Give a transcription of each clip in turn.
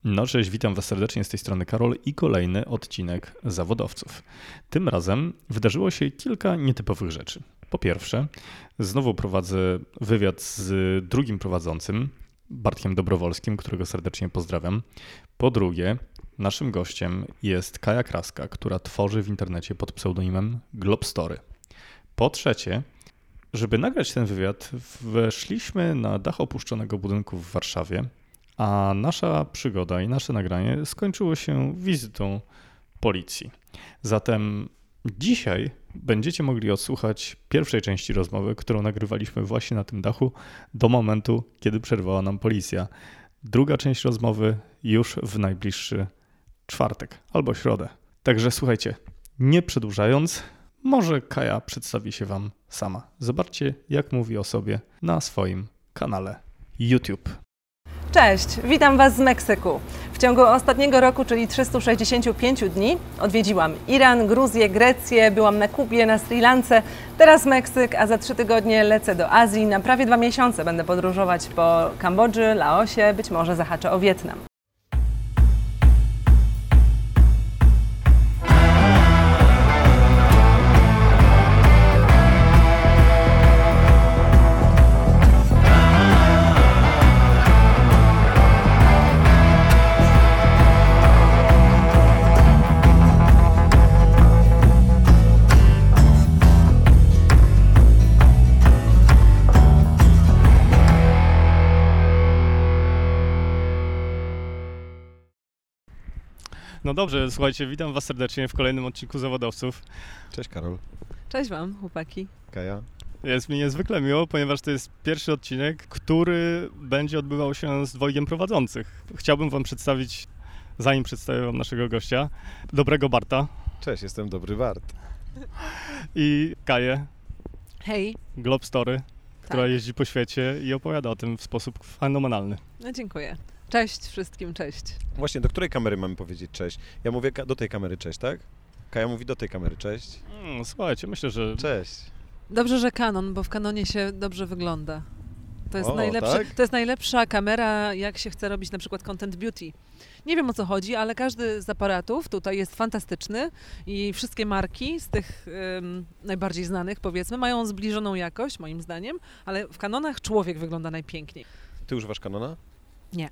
No cześć, witam Was serdecznie z tej strony Karol i kolejny odcinek Zawodowców. Tym razem wydarzyło się kilka nietypowych rzeczy. Po pierwsze, znowu prowadzę wywiad z drugim prowadzącym, Bartkiem Dobrowolskim, którego serdecznie pozdrawiam. Po drugie, naszym gościem jest Kaja Kraska, która tworzy w internecie pod pseudonimem Globstory. Po trzecie, żeby nagrać ten wywiad, weszliśmy na dach opuszczonego budynku w Warszawie, a nasza przygoda i nasze nagranie skończyło się wizytą policji. Zatem dzisiaj będziecie mogli odsłuchać pierwszej części rozmowy, którą nagrywaliśmy właśnie na tym dachu do momentu, kiedy przerwała nam policja. Druga część rozmowy już w najbliższy czwartek albo środę. Także słuchajcie, nie przedłużając, może Kaja przedstawi się Wam sama. Zobaczcie, jak mówi o sobie na swoim kanale YouTube. Cześć, witam Was z Meksyku. W ciągu ostatniego roku, czyli 365 dni, odwiedziłam Iran, Gruzję, Grecję, byłam na Kubie, na Sri Lance, teraz Meksyk, a za 3 tygodnie lecę do Azji. Na prawie 2 miesiące będę podróżować po Kambodży, Laosie, być może zahaczę o Wietnam. No dobrze, słuchajcie, witam Was serdecznie w kolejnym odcinku Zawodowców. Cześć Karol. Cześć Wam, chłopaki. Kaja. Jest mi niezwykle miło, ponieważ to jest pierwszy odcinek, który będzie odbywał się z dwojgiem prowadzących. Chciałbym Wam przedstawić, zanim przedstawię Wam naszego gościa, dobrego Barta. Cześć, jestem dobry Bart. I Kaję, Hej. Globstory, która Tak. jeździ po świecie i opowiada o tym w sposób fenomenalny. No dziękuję. Cześć wszystkim, cześć. Właśnie, do której kamery mamy powiedzieć cześć? Ja mówię do tej kamery cześć, tak? Kaja mówi do tej kamery cześć. Słuchajcie, myślę, że... Cześć. Dobrze, że Canon, bo w Canonie się dobrze wygląda. To jest, Tak? to jest najlepsza kamera, jak się chce robić na przykład content beauty. Nie wiem, o co chodzi, ale każdy z aparatów tutaj jest fantastyczny i wszystkie marki z tych najbardziej znanych, powiedzmy, mają zbliżoną jakość, moim zdaniem, ale w Canonach człowiek wygląda najpiękniej. Ty używasz Canona? Nie.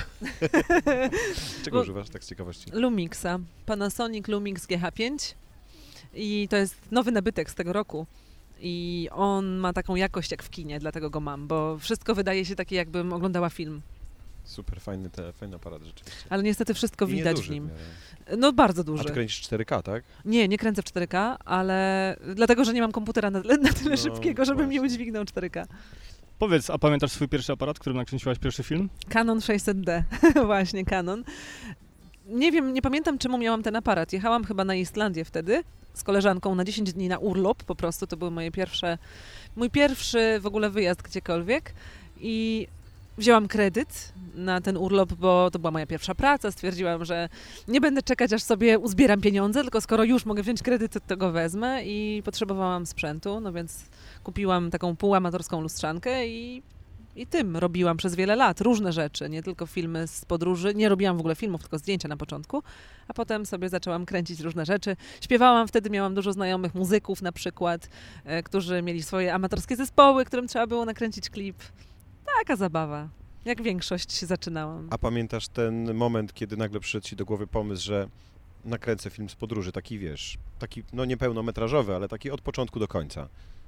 Czego używasz, tak z ciekawości? Lumixa, Panasonic Lumix GH5 i to jest nowy nabytek z tego roku. I on ma taką jakość jak w kinie, dlatego go mam, bo wszystko wydaje się takie, jakbym oglądała film. Super, fajny aparat rzeczywiście. Ale niestety wszystko I widać nieduży w nim. miarę. No bardzo A duży. ty kręcisz 4K, tak? Nie kręcę w 4K, ale dlatego, że nie mam komputera na tyle No, szybkiego, żeby mi właśnie. udźwignął 4K. Powiedz, a pamiętasz swój pierwszy aparat, którym nakręciłaś pierwszy film? Canon 600D, właśnie Canon. Nie wiem, nie pamiętam czemu miałam ten aparat. Jechałam chyba na Islandię wtedy z koleżanką na 10 dni na urlop po prostu. To był mój pierwszy w ogóle wyjazd gdziekolwiek i wzięłam kredyt na ten urlop, bo to była moja pierwsza praca. Stwierdziłam, że nie będę czekać, aż sobie uzbieram pieniądze, tylko skoro już mogę wziąć kredyt, to go wezmę i potrzebowałam sprzętu, no więc kupiłam taką półamatorską lustrzankę i tym robiłam przez wiele lat różne rzeczy, nie tylko filmy z podróży. Nie robiłam w ogóle filmów, tylko zdjęcia na początku, a potem sobie zaczęłam kręcić różne rzeczy. Śpiewałam, wtedy miałam dużo znajomych muzyków na przykład, którzy mieli swoje amatorskie zespoły, którym trzeba było nakręcić klip. Taka zabawa. Jak większość zaczynałam. A pamiętasz ten moment, kiedy nagle przyszedł ci do głowy pomysł, że nakręcę film z podróży, taki wiesz, taki no niepełnometrażowy, ale taki od początku do końca?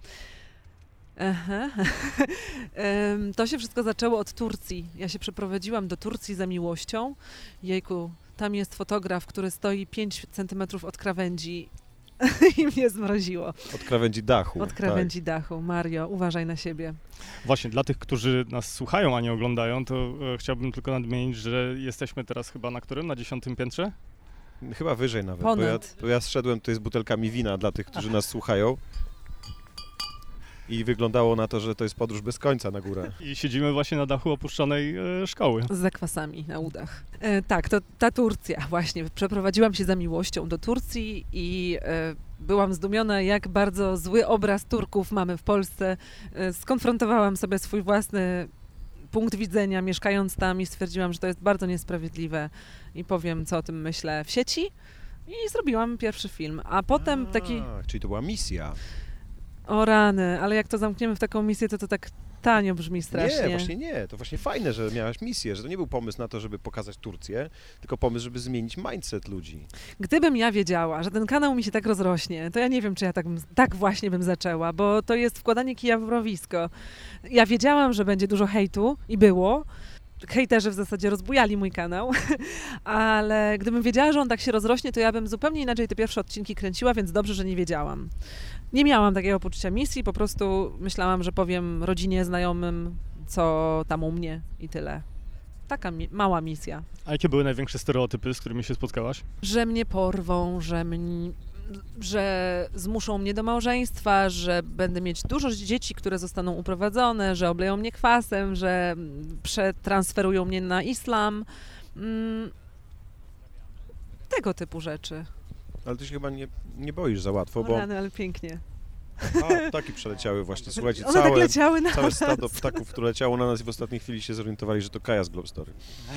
Aha. To się wszystko zaczęło od Turcji. Ja się przeprowadziłam do Turcji za miłością. Jejku, tam jest fotograf, który stoi 5 centymetrów od krawędzi i mnie zmroziło. Od krawędzi dachu. Od krawędzi dachu. Mario, uważaj na siebie. Właśnie, dla tych, którzy nas słuchają, a nie oglądają, to chciałbym tylko nadmienić, że jesteśmy teraz chyba na którym? Na 10. piętrze? Tak. Chyba wyżej nawet, Ponad. bo ja zszedłem tutaj z butelkami wina dla tych, którzy nas słuchają. I wyglądało na to, że to jest podróż bez końca na górę. I siedzimy właśnie na dachu opuszczonej szkoły. Z zakwasami na udach. Tak, to ta Turcja właśnie. Przeprowadziłam się za miłością do Turcji i byłam zdumiona, jak bardzo zły obraz Turków mamy w Polsce. Skonfrontowałam sobie swój własny punkt widzenia, mieszkając tam i stwierdziłam, że to jest bardzo niesprawiedliwe i powiem, co o tym myślę w sieci i zrobiłam pierwszy film. A potem taki... Czyli to była misja. O rany, ale jak to zamkniemy w taką misję, to tak tanio brzmi strasznie. Nie, właśnie nie. To właśnie fajne, że miałaś misję, że to nie był pomysł na to, żeby pokazać Turcję, tylko pomysł, żeby zmienić mindset ludzi. Gdybym ja wiedziała, że ten kanał mi się tak rozrośnie, to ja nie wiem, czy ja tak właśnie bym zaczęła, bo to jest wkładanie kija w mrowisko. Ja wiedziałam, że będzie dużo hejtu i było. Hejterzy w zasadzie rozbujali mój kanał, ale gdybym wiedziała, że on tak się rozrośnie, to ja bym zupełnie inaczej te pierwsze odcinki kręciła, więc dobrze, że nie wiedziałam. Nie miałam takiego poczucia misji, po prostu myślałam, że powiem rodzinie, znajomym, co tam u mnie i tyle. Taka mała misja. A jakie były największe stereotypy, z którymi się spotkałaś? Że mnie porwą, że zmuszą mnie do małżeństwa, że będę mieć dużo dzieci, które zostaną uprowadzone, że obleją mnie kwasem, że przetransferują mnie na islam. Tego typu rzeczy. Ale ty się chyba nie boisz za łatwo, bo... Rany, ale pięknie. Ptaki przeleciały właśnie, słuchajcie, One tak leciały na całe nas. stado ptaków, które leciało na nas i w ostatniej chwili się zorientowali, że to Kaja z Globe Story.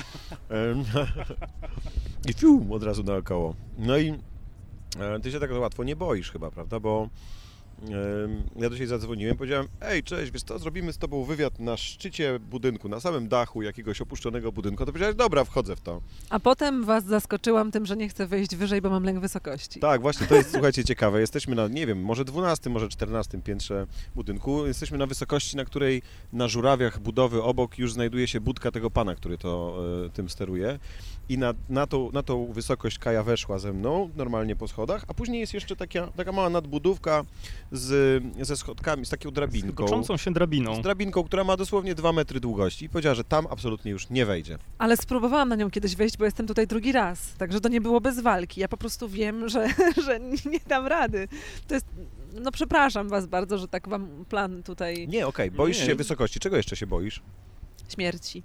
I fium, od razu naokoło. No i ty się tak łatwo nie boisz chyba, prawda, bo ja do siebie zadzwoniłem, powiedziałem, ej, cześć, wiesz co, zrobimy z tobą wywiad na szczycie budynku, na samym dachu jakiegoś opuszczonego budynku. To powiedziałeś, dobra, wchodzę w to. A potem was zaskoczyłam tym, że nie chcę wyjść wyżej, bo mam lęk wysokości. Tak, właśnie, to jest, słuchajcie, ciekawe. Jesteśmy na, nie wiem, może 12, może 14 piętrze budynku. Jesteśmy na wysokości, na której na żurawiach budowy obok już znajduje się budka tego pana, który to tym steruje. I na tą wysokość Kaja weszła ze mną, normalnie po schodach, a później jest jeszcze taka mała nadbudówka ze schodkami, z taką drabinką. Toczącą się drabiną. Z drabinką, która ma dosłownie 2 metry długości i powiedziała, że tam absolutnie już nie wejdzie. Ale spróbowałam na nią kiedyś wejść, bo jestem tutaj drugi raz, także to nie było bez walki. Ja po prostu wiem, że nie dam rady. To jest, no przepraszam was bardzo, że tak wam plan tutaj Nie, okej, boisz Nie. się wysokości. Czego jeszcze się boisz? śmierci.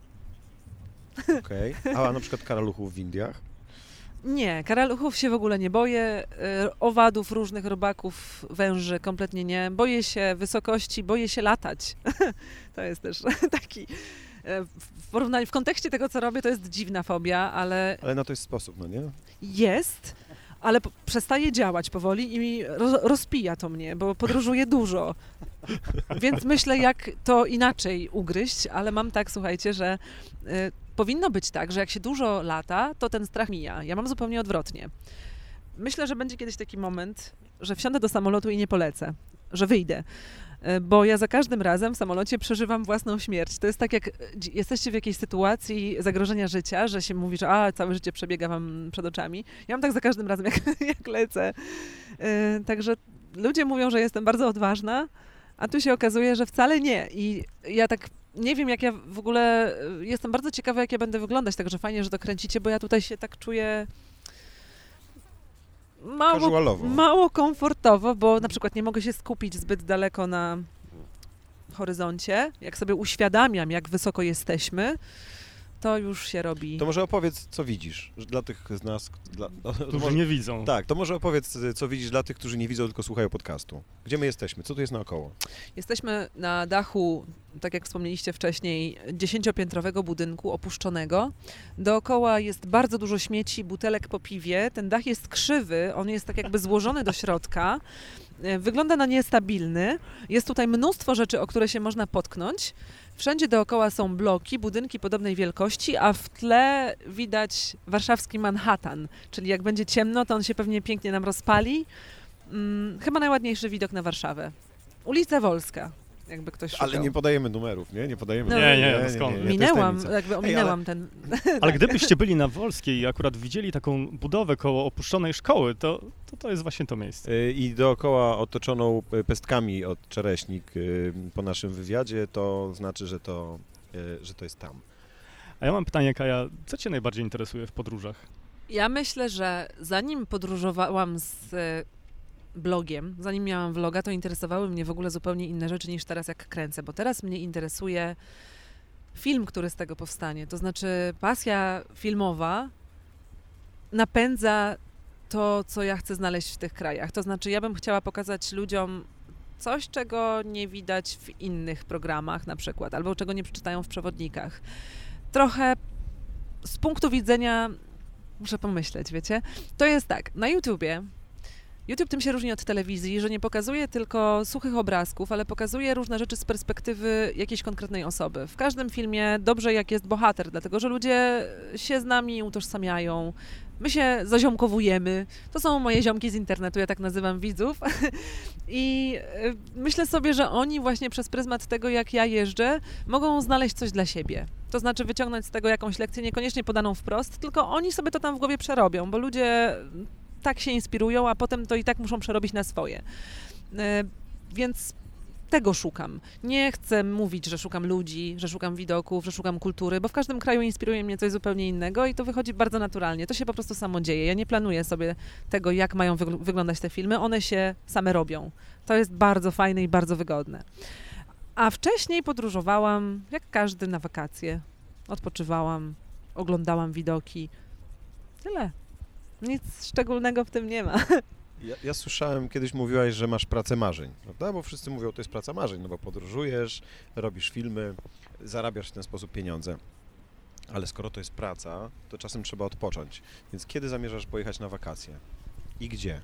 Okej. A na przykład karaluchów w Indiach? Nie, karaluchów się w ogóle nie boję, owadów, różnych robaków, węży kompletnie nie. Boję się wysokości, boję się latać. To jest też taki, w porównaniu, w kontekście tego, co robię, to jest dziwna fobia, ale Ale na to jest sposób, no nie? jest, ale przestaje działać powoli i rozpija to mnie, bo podróżuję dużo. Więc myślę, jak to inaczej ugryźć, ale mam tak, słuchajcie, że powinno być tak, że jak się dużo lata, to ten strach mija. Ja mam zupełnie odwrotnie. Myślę, że będzie kiedyś taki moment, że wsiądę do samolotu i nie polecę, że wyjdę. Bo ja za każdym razem w samolocie przeżywam własną śmierć. To jest tak, jak jesteście w jakiejś sytuacji zagrożenia życia, że się mówi, że całe życie przebiega wam przed oczami. Ja mam tak za każdym razem, jak lecę. Także ludzie mówią, że jestem bardzo odważna, a tu się okazuje, że wcale nie. I ja tak nie wiem, jak ja w ogóle... Jestem bardzo ciekawa, jak ja będę wyglądać, także fajnie, że to kręcicie, bo ja tutaj się tak czuję... Mało komfortowo, bo na przykład nie mogę się skupić zbyt daleko na horyzoncie. Jak sobie uświadamiam, jak wysoko jesteśmy, to już się robi... To może opowiedz, co widzisz dla tych z nas... Którzy nie widzą. Tak, to może opowiedz, co widzisz dla tych, którzy nie widzą, tylko słuchają podcastu. Gdzie my jesteśmy? Co tu jest naokoło? Jesteśmy na dachu, tak jak wspomnieliście wcześniej, 10-piętrowego budynku opuszczonego. Dookoła jest bardzo dużo śmieci, butelek po piwie. Ten dach jest krzywy, on jest tak jakby złożony do środka. Wygląda na niestabilny. Jest tutaj mnóstwo rzeczy, o które się można potknąć. Wszędzie dookoła są bloki, budynki podobnej wielkości, a w tle widać warszawski Manhattan. Czyli jak będzie ciemno, to on się pewnie pięknie nam rozpali. Chyba najładniejszy widok na Warszawę. Ulica Wolska, jakby ktoś szukał. Ale nie podajemy numerów, nie? Nie podajemy. No, Nie, skąd? Minęłam, jakby ominęłam ten... Ale gdybyście byli na Wolskiej i akurat widzieli taką budowę koło opuszczonej szkoły, to jest właśnie to miejsce. I dookoła otoczoną pestkami od czereśnik po naszym wywiadzie, to znaczy, że to jest tam. A ja mam pytanie, Kaja, co cię najbardziej interesuje w podróżach? Ja myślę, że zanim podróżowałam z blogiem, zanim miałam vloga, to interesowały mnie w ogóle zupełnie inne rzeczy niż teraz, jak kręcę, bo teraz mnie interesuje film, który z tego powstanie. To znaczy pasja filmowa napędza to, co ja chcę znaleźć w tych krajach. To znaczy ja bym chciała pokazać ludziom Coś, czego nie widać w innych programach na przykład, albo czego nie przeczytają w przewodnikach. Trochę z punktu widzenia, muszę pomyśleć, wiecie, to jest tak, na YouTubie, YouTube tym się różni od telewizji, że nie pokazuje tylko suchych obrazków, ale pokazuje różne rzeczy z perspektywy jakiejś konkretnej osoby. W każdym filmie dobrze jak jest bohater, dlatego że ludzie się z nami utożsamiają, my się zaziomkowujemy. To są moje ziomki z internetu, ja tak nazywam widzów. I myślę sobie, że oni właśnie przez pryzmat tego, jak ja jeżdżę, mogą znaleźć coś dla siebie. To znaczy wyciągnąć z tego jakąś lekcję, niekoniecznie podaną wprost, tylko oni sobie to tam w głowie przerobią, bo ludzie tak się inspirują, a potem to i tak muszą przerobić na swoje. Więc tego szukam. Nie chcę mówić, że szukam ludzi, że szukam widoków, że szukam kultury, bo w każdym kraju inspiruje mnie coś zupełnie innego i to wychodzi bardzo naturalnie. To się po prostu samo dzieje. Ja nie planuję sobie tego, jak mają wyglądać te filmy. One się same robią. To jest bardzo fajne i bardzo wygodne. A wcześniej podróżowałam, jak każdy, na wakacje. Odpoczywałam, oglądałam widoki. Tyle. Nic szczególnego w tym nie ma. Ja słyszałem, kiedyś mówiłaś, że masz pracę marzeń, prawda? Bo wszyscy mówią, to jest praca marzeń, no bo podróżujesz, robisz filmy, zarabiasz w ten sposób pieniądze. Ale skoro to jest praca, to czasem trzeba odpocząć. Więc kiedy zamierzasz pojechać na wakacje? I gdzie?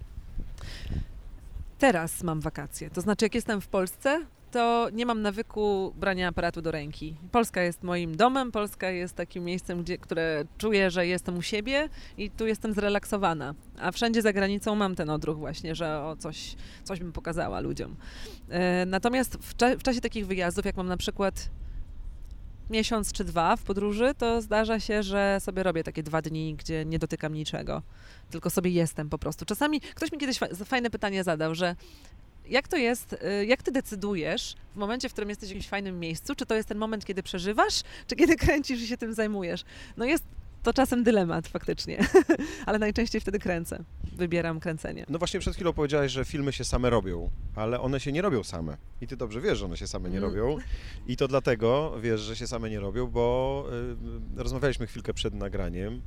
Teraz mam wakacje. To znaczy, jak jestem w Polsce, to nie mam nawyku brania aparatu do ręki. Polska jest moim domem, Polska jest takim miejscem, które czuję, że jestem u siebie i tu jestem zrelaksowana. A wszędzie za granicą mam ten odruch właśnie, że coś bym pokazała ludziom. Natomiast w czasie takich wyjazdów, jak mam na przykład miesiąc czy 2 w podróży, to zdarza się, że sobie robię takie 2 dni, gdzie nie dotykam niczego, tylko sobie jestem po prostu. Czasami ktoś mi kiedyś fajne pytanie zadał, że jak to jest, jak ty decydujesz w momencie, w którym jesteś w jakimś fajnym miejscu, czy to jest ten moment, kiedy przeżywasz, czy kiedy kręcisz i się tym zajmujesz? No jest to czasem dylemat faktycznie, ale najczęściej wtedy kręcę, wybieram kręcenie. No właśnie przed chwilą powiedziałaś, że filmy się same robią, ale one się nie robią same. I ty dobrze wiesz, że one się same nie robią. I to dlatego wiesz, że się same nie robią, bo rozmawialiśmy chwilkę przed nagraniem,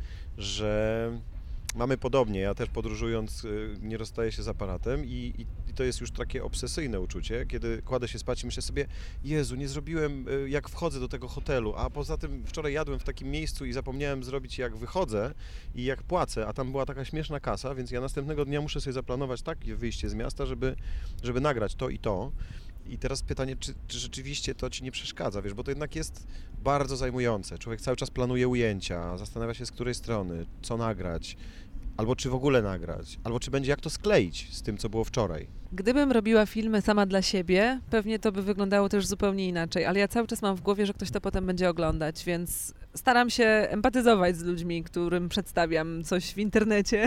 że mamy podobnie. Ja też podróżując nie rozstaję się z aparatem i to jest już takie obsesyjne uczucie, kiedy kładę się spać i myślę sobie, Jezu, nie zrobiłem jak wchodzę do tego hotelu, a poza tym wczoraj jadłem w takim miejscu i zapomniałem zrobić jak wychodzę i jak płacę, a tam była taka śmieszna kasa, więc ja następnego dnia muszę sobie zaplanować takie wyjście z miasta, żeby nagrać to i to. I teraz pytanie, czy rzeczywiście to ci nie przeszkadza, wiesz, bo to jednak jest bardzo zajmujące. Człowiek cały czas planuje ujęcia, zastanawia się z której strony, co nagrać, albo czy w ogóle nagrać, albo czy będzie jak to skleić z tym, co było wczoraj. Gdybym robiła filmy sama dla siebie, pewnie to by wyglądało też zupełnie inaczej, ale ja cały czas mam w głowie, że ktoś to potem będzie oglądać, więc staram się empatyzować z ludźmi, którym przedstawiam coś w internecie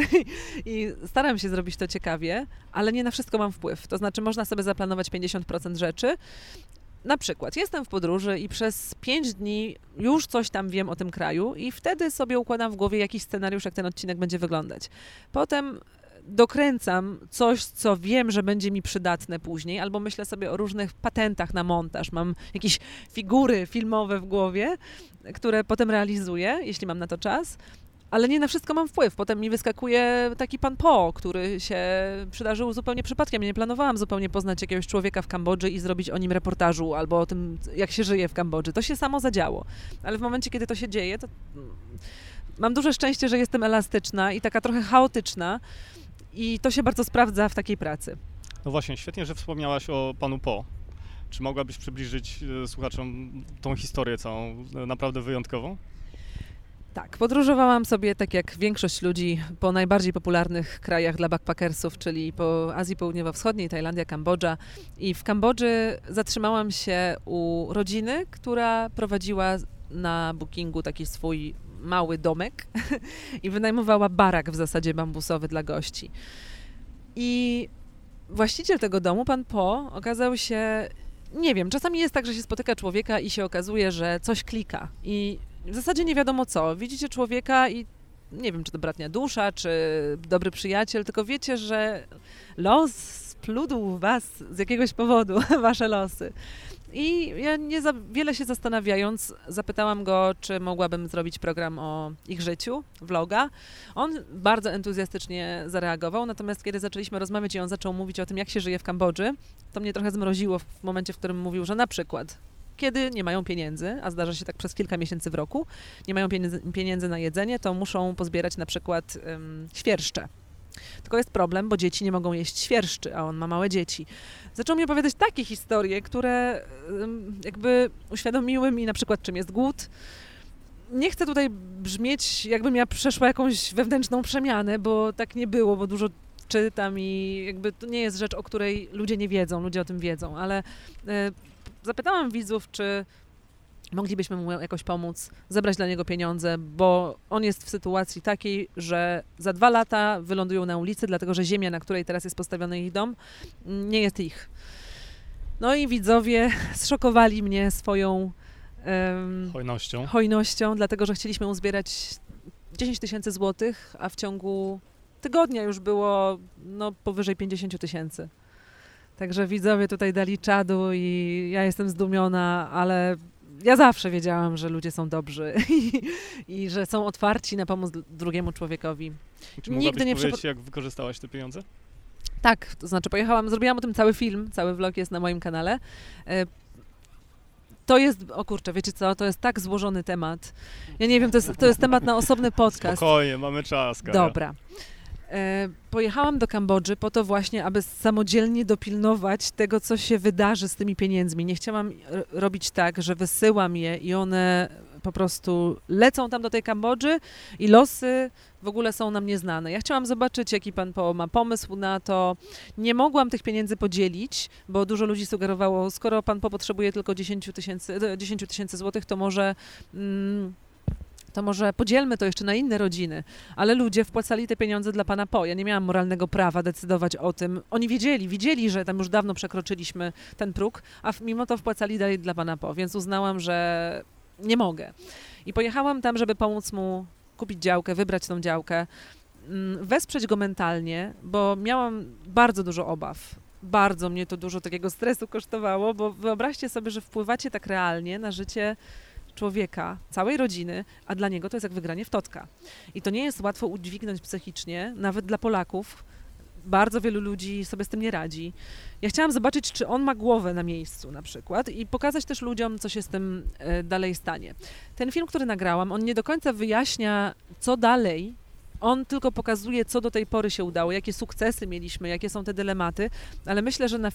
i staram się zrobić to ciekawie, ale nie na wszystko mam wpływ. To znaczy można sobie zaplanować 50% rzeczy. Na przykład jestem w podróży i przez 5 dni już coś tam wiem o tym kraju i wtedy sobie układam w głowie jakiś scenariusz, jak ten odcinek będzie wyglądać. Potem dokręcam coś, co wiem, że będzie mi przydatne później, albo myślę sobie o różnych patentach na montaż. Mam jakieś figury filmowe w głowie, które potem realizuję, jeśli mam na to czas. Ale nie na wszystko mam wpływ. Potem mi wyskakuje taki pan Po, który się przydarzył zupełnie przypadkiem. Ja nie planowałam zupełnie poznać jakiegoś człowieka w Kambodży i zrobić o nim reportażu albo o tym, jak się żyje w Kambodży. To się samo zadziało. Ale w momencie, kiedy to się dzieje, to mam duże szczęście, że jestem elastyczna i taka trochę chaotyczna i to się bardzo sprawdza w takiej pracy. No właśnie, świetnie, że wspomniałaś o panu Po. Czy mogłabyś przybliżyć słuchaczom tą historię całą, naprawdę wyjątkową? Tak, podróżowałam sobie, tak jak większość ludzi, po najbardziej popularnych krajach dla backpackersów, czyli po Azji Południowo-Wschodniej, Tajlandia, Kambodża. I w Kambodży zatrzymałam się u rodziny, która prowadziła na bookingu taki swój mały domek i wynajmowała barak w zasadzie bambusowy dla gości. I właściciel tego domu, pan Po, okazał się, nie wiem, czasami jest tak, że się spotyka człowieka i się okazuje, że coś klika i w zasadzie nie wiadomo co. Widzicie człowieka i nie wiem, czy to bratnia dusza, czy dobry przyjaciel, tylko wiecie, że los splótł was z jakiegoś powodu, wasze losy. I ja nie za wiele się zastanawiając, zapytałam go, czy mogłabym zrobić program o ich życiu, vloga. On bardzo entuzjastycznie zareagował, natomiast kiedy zaczęliśmy rozmawiać i on zaczął mówić o tym, jak się żyje w Kambodży, to mnie trochę zmroziło w momencie, w którym mówił, że na przykład kiedy nie mają pieniędzy, a zdarza się tak przez kilka miesięcy w roku, nie mają pieniędzy na jedzenie, to muszą pozbierać na przykład świerszcze. Tylko jest problem, bo dzieci nie mogą jeść świerszczy, a on ma małe dzieci. Zaczął mi opowiadać takie historie, które jakby uświadomiły mi na przykład, czym jest głód. Nie chcę tutaj brzmieć, jakbym ja przeszła jakąś wewnętrzną przemianę, bo tak nie było, bo dużo czytam i jakby to nie jest rzecz, o której ludzie nie wiedzą, ludzie o tym wiedzą, ale zapytałam widzów, czy moglibyśmy mu jakoś pomóc, zebrać dla niego pieniądze, bo on jest w sytuacji takiej, że za 2 lata wylądują na ulicy, dlatego że ziemia, na której teraz jest postawiony ich dom, nie jest ich. No i widzowie zszokowali mnie swoją hojnością, dlatego że chcieliśmy uzbierać 10 000 złotych, a w ciągu tygodnia już było powyżej 50 000. Także widzowie tutaj dali czadu i ja jestem zdumiona, ale ja zawsze wiedziałam, że ludzie są dobrzy i że są otwarci na pomoc drugiemu człowiekowi. Czy mogłabyś powiedzieć, jak wykorzystałaś te pieniądze? Tak, to znaczy zrobiłam o tym cały film, cały vlog jest na moim kanale. To jest, o kurczę, wiecie co, to jest tak złożony temat. Ja nie wiem, to jest temat na osobny podcast. Spokojnie, mamy czas, Kaja. Dobra. Pojechałam do Kambodży po to właśnie, aby samodzielnie dopilnować tego, co się wydarzy z tymi pieniędzmi. Nie chciałam robić tak, że wysyłam je i one po prostu lecą tam do tej Kambodży i losy w ogóle są nam nieznane. Ja chciałam zobaczyć, jaki pan Po ma pomysł na to. Nie mogłam tych pieniędzy podzielić, bo dużo ludzi sugerowało, skoro pan Po potrzebuje tylko 10 000 złotych, to może podzielmy to jeszcze na inne rodziny. Ale ludzie wpłacali te pieniądze dla pana Po. Ja nie miałam moralnego prawa decydować o tym. Oni widzieli, że tam już dawno przekroczyliśmy ten próg, a mimo to wpłacali dalej dla pana Po, więc uznałam, że nie mogę. I pojechałam tam, żeby pomóc mu kupić działkę, wybrać tą działkę, wesprzeć go mentalnie, bo miałam bardzo dużo obaw. Bardzo mnie to dużo takiego stresu kosztowało, bo wyobraźcie sobie, że wpływacie tak realnie na życie człowieka, całej rodziny, a dla niego to jest jak wygranie w totka. I to nie jest łatwo udźwignąć psychicznie, nawet dla Polaków. Bardzo wielu ludzi sobie z tym nie radzi. Ja chciałam zobaczyć, czy on ma głowę na miejscu na przykład i pokazać też ludziom, co się z tym dalej stanie. Ten film, który nagrałam, on nie do końca wyjaśnia, co dalej. On tylko pokazuje, co do tej pory się udało, jakie sukcesy mieliśmy, jakie są te dylematy, ale myślę, że na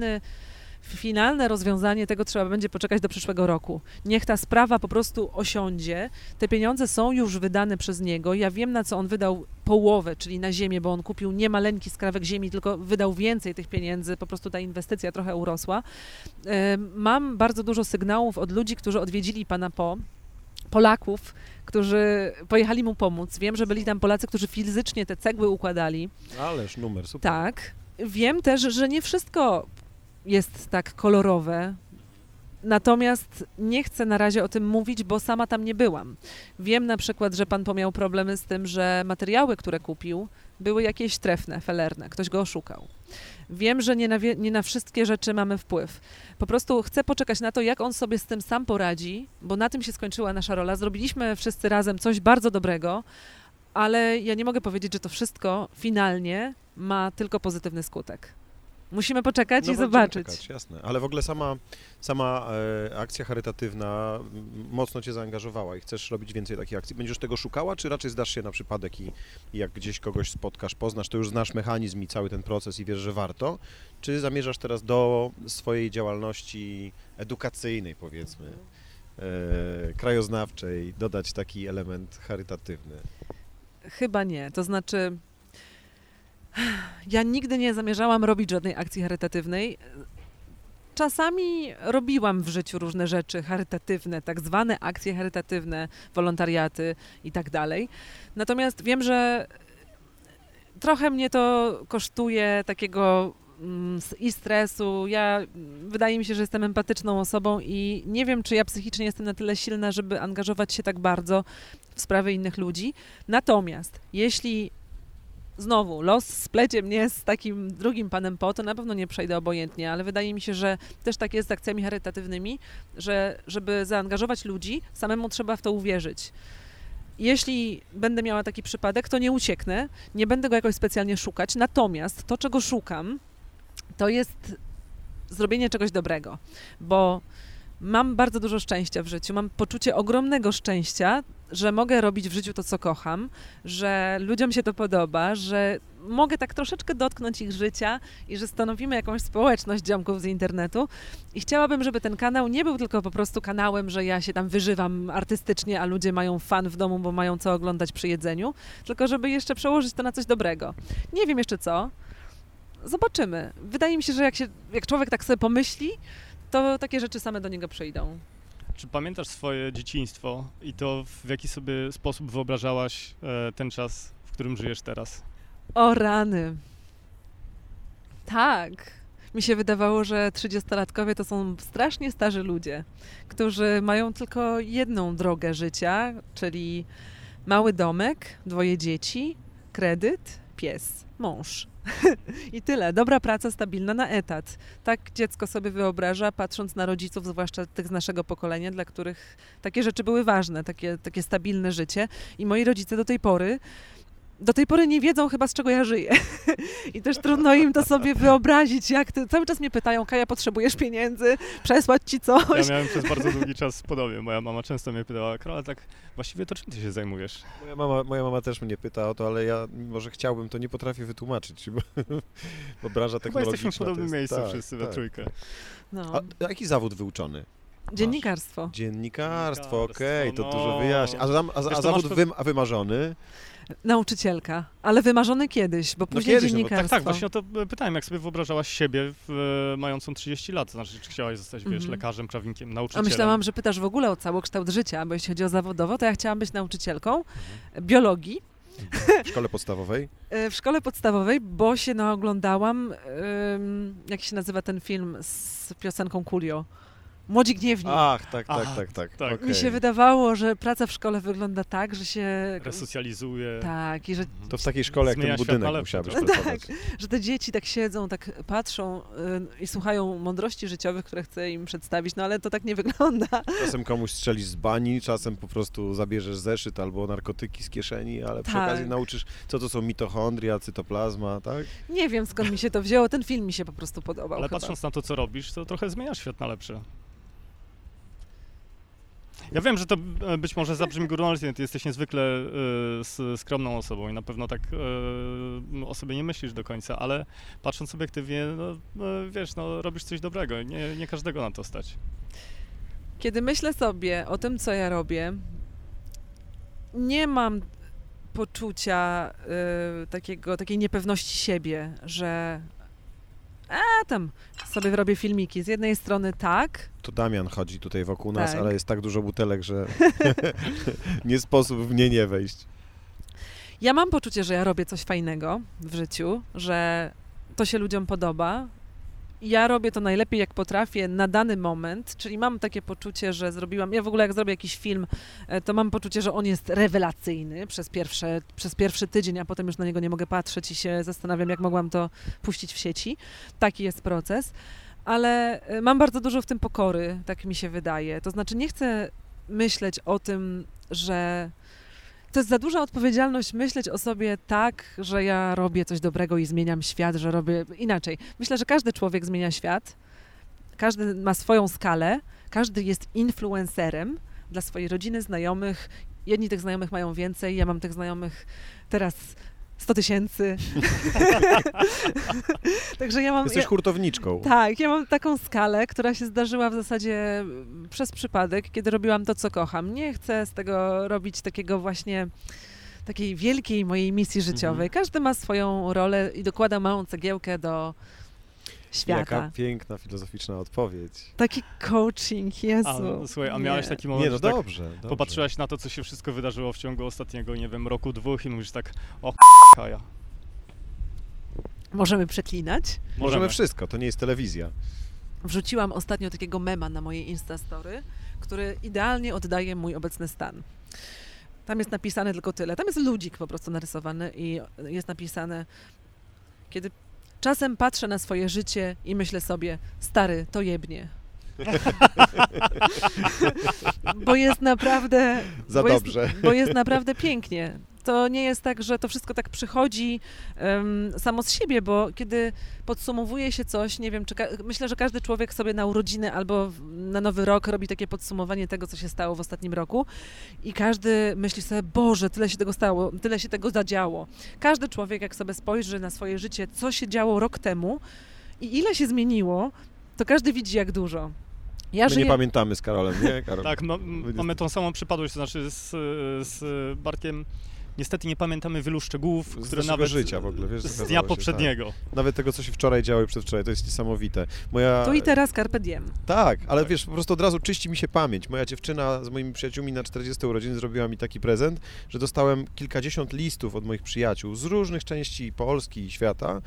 finalne rozwiązanie tego trzeba będzie poczekać do przyszłego roku. Niech ta sprawa po prostu osiądzie. Te pieniądze są już wydane przez niego. Ja wiem, na co on wydał połowę, czyli na ziemię, bo on kupił nie maleńki skrawek ziemi, tylko wydał więcej tych pieniędzy. Po prostu ta inwestycja trochę urosła. Mam bardzo dużo sygnałów od ludzi, którzy odwiedzili pana Po, Polaków, którzy pojechali mu pomóc. Wiem, że byli tam Polacy, którzy fizycznie te cegły układali. Ależ numer, super. Tak. Wiem też, że nie wszystko jest tak kolorowe, natomiast nie chcę na razie o tym mówić, bo sama tam nie byłam. Wiem na przykład, że pan Po miał problemy z tym, że materiały, które kupił, były jakieś trefne, felerne, ktoś go oszukał. Wiem, że nie na wszystkie rzeczy mamy wpływ. Po prostu chcę poczekać na to, jak on sobie z tym sam poradzi, bo na tym się skończyła nasza rola. Zrobiliśmy wszyscy razem coś bardzo dobrego, ale ja nie mogę powiedzieć, że to wszystko finalnie ma tylko pozytywny skutek. Musimy poczekać i zobaczyć. Czekać, jasne. Ale w ogóle sama akcja charytatywna mocno cię zaangażowała i chcesz robić więcej takich akcji. Będziesz tego szukała, czy raczej zdasz się na przypadek i jak gdzieś kogoś spotkasz, poznasz, to już znasz mechanizm i cały ten proces i wiesz, że warto? Czy zamierzasz teraz do swojej działalności edukacyjnej, powiedzmy, krajoznawczej, dodać taki element charytatywny? Chyba nie. To znaczy, ja nigdy nie zamierzałam robić żadnej akcji charytatywnej. Czasami robiłam w życiu różne rzeczy charytatywne, tak zwane akcje charytatywne, wolontariaty i tak dalej. Natomiast wiem, że trochę mnie to kosztuje takiego i stresu. Wydaje mi się, że jestem empatyczną osobą i nie wiem, czy ja psychicznie jestem na tyle silna, żeby angażować się tak bardzo w sprawy innych ludzi. Natomiast jeśli znowu, los splecie mnie z takim drugim panem Po, to na pewno nie przejdę obojętnie, ale wydaje mi się, że też tak jest z akcjami charytatywnymi, że żeby zaangażować ludzi, samemu trzeba w to uwierzyć. Jeśli będę miała taki przypadek, to nie ucieknę, nie będę go jakoś specjalnie szukać, natomiast to, czego szukam, to jest zrobienie czegoś dobrego, bo mam bardzo dużo szczęścia w życiu, mam poczucie ogromnego szczęścia, że mogę robić w życiu to, co kocham, że ludziom się to podoba, że mogę tak troszeczkę dotknąć ich życia i że stanowimy jakąś społeczność ziomków z internetu. I chciałabym, żeby ten kanał nie był tylko po prostu kanałem, że ja się tam wyżywam artystycznie, a ludzie mają fan w domu, bo mają co oglądać przy jedzeniu, tylko żeby jeszcze przełożyć to na coś dobrego. Nie wiem jeszcze co. Zobaczymy. Wydaje mi się, że jak człowiek tak sobie pomyśli, to takie rzeczy same do niego przyjdą. Czy pamiętasz swoje dzieciństwo i to, w jaki sobie sposób wyobrażałaś ten czas, w którym żyjesz teraz? O rany. Tak. Mi się wydawało, że 30-latkowie to są strasznie starzy ludzie, którzy mają tylko jedną drogę życia, czyli mały domek, 2 dzieci, kredyt, pies, mąż. I tyle. Dobra praca, stabilna na etat. Tak dziecko sobie wyobraża, patrząc na rodziców, zwłaszcza tych z naszego pokolenia, dla których takie rzeczy były ważne, takie stabilne życie. I moi rodzice do tej pory nie wiedzą chyba, z czego ja żyję. I też trudno im to sobie wyobrazić, jak ty. Cały czas mnie pytają, Kaja, potrzebujesz pieniędzy, przesłać ci coś? Ja miałem przez bardzo długi czas podobnie. Moja mama często mnie pytała, Karola, tak właściwie to czym ty się zajmujesz? Moja mama też mnie pyta o to, ale ja, mimo że chciałbym, to nie potrafię wytłumaczyć, bo branża Chyba technologiczna jesteśmy w podobnym miejscu tak, wszyscy we trójkę. No. A jaki zawód wyuczony? Dziennikarstwo. Dziennikarstwo, okej, to no. dużo wyjaśni. A zawód wymarzony? Nauczycielka, ale wymarzony kiedyś, bo później kiedyś, dziennikarstwo. Tak, właśnie o to pytałem, jak sobie wyobrażałaś siebie mającą 30 lat, to znaczy, czy chciałaś zostać, wiesz, lekarzem, prawnikiem, A nauczycielem? myślałam, że pytasz w ogóle o całokształt życia, bo jeśli chodzi o zawodowo, to ja chciałam być nauczycielką biologii. W szkole podstawowej? W szkole podstawowej, bo się naoglądałam, jak się nazywa ten film z piosenką Coolio? Młodzi gniewni. Ach, tak. tak. Mi się wydawało, że praca w szkole wygląda tak, że się... Resocjalizuje. Tak, i że... To w takiej szkole, jak ten budynek musiałabyś pracować. Że te dzieci tak siedzą, tak patrzą i słuchają mądrości życiowych, które chcę im przedstawić, no ale to tak nie wygląda. Czasem komuś strzelisz z bani, czasem po prostu zabierzesz zeszyt albo narkotyki z kieszeni, ale przy okazji nauczysz, co to są mitochondria, cytoplazma, tak? Nie wiem, skąd mi się to wzięło, ten film mi się po prostu podobał. Ale chyba. patrząc na to, co robisz, to trochę zmieniasz świat na lepsze. Ja wiem, że to być może zabrzmi górnolotnie, ty jesteś niezwykle skromną osobą i na pewno tak o sobie nie myślisz do końca, ale patrząc obiektywnie, wiesz, robisz coś dobrego, nie każdego na to stać. Kiedy myślę sobie o tym, co ja robię, nie mam poczucia takiej niepewności siebie, że tam sobie robię filmiki. Z jednej strony tak. To Damian chodzi tutaj wokół nas, Tak. ale jest tak dużo butelek, że nie sposób w mnie nie wejść. Ja mam poczucie, że ja robię coś fajnego w życiu, że to się ludziom podoba. Ja robię to najlepiej, jak potrafię na dany moment, czyli mam takie poczucie, że ja w ogóle jak zrobię jakiś film, to mam poczucie, że on jest rewelacyjny przez pierwszy tydzień, a potem już na niego nie mogę patrzeć i się zastanawiam, jak mogłam to puścić w sieci. Taki jest proces, ale mam bardzo dużo w tym pokory, tak mi się wydaje. To znaczy nie chcę myśleć o tym, że to jest za duża odpowiedzialność myśleć o sobie tak, że ja robię coś dobrego i zmieniam świat, że robię inaczej. Myślę, że każdy człowiek zmienia świat, każdy ma swoją skalę, każdy jest influencerem dla swojej rodziny, znajomych. Jedni tych znajomych mają więcej, ja mam tych znajomych teraz 100 000. Także ja mam... Jesteś hurtowniczką. Tak, ja mam taką skalę, która się zdarzyła w zasadzie przez przypadek, kiedy robiłam to, co kocham. Nie chcę z tego robić takiej wielkiej mojej misji życiowej. Każdy ma swoją rolę i dokłada małą cegiełkę do świata. Jaka piękna, filozoficzna odpowiedź. Taki coaching, Jezu. Słuchaj, a miałeś taki moment, Nie, no że tak dobrze. popatrzyłaś na to, co się wszystko wydarzyło w ciągu ostatniego, nie wiem, roku, 2 i mówisz tak, o Kaja. Możemy przeklinać? Możemy wszystko, to nie jest telewizja. Wrzuciłam ostatnio takiego mema na mojej Instastory, który idealnie oddaje mój obecny stan. Tam jest napisane tylko tyle. Tam jest ludzik po prostu narysowany i jest napisane, kiedy czasem patrzę na swoje życie i myślę sobie, stary, to jebnie. Bo jest naprawdę... Za dobrze. Bo jest naprawdę pięknie. To nie jest tak, że to wszystko tak przychodzi samo z siebie, bo kiedy podsumowuje się coś, nie wiem, myślę, że każdy człowiek sobie na urodziny albo na Nowy Rok robi takie podsumowanie tego, co się stało w ostatnim roku i każdy myśli sobie, Boże, tyle się tego stało, tyle się tego zadziało. Każdy człowiek, jak sobie spojrzy na swoje życie, co się działo rok temu i ile się zmieniło, to każdy widzi, jak dużo. My nie pamiętamy z Karolem, nie, Karol? Tak, mamy tą samą przypadłość, to znaczy z Bartkiem niestety nie pamiętamy wielu szczegółów, które nawet życia w ogóle, wiesz, z dnia poprzedniego. Tak. Nawet tego, co się wczoraj działo i przedwczoraj, to jest niesamowite. Tu i teraz carpe diem. Tak, ale wiesz, po prostu od razu czyści mi się pamięć. Moja dziewczyna z moimi przyjaciółmi na 40 urodziny zrobiła mi taki prezent, że dostałem kilkadziesiąt listów od moich przyjaciół z różnych części Polski i świata,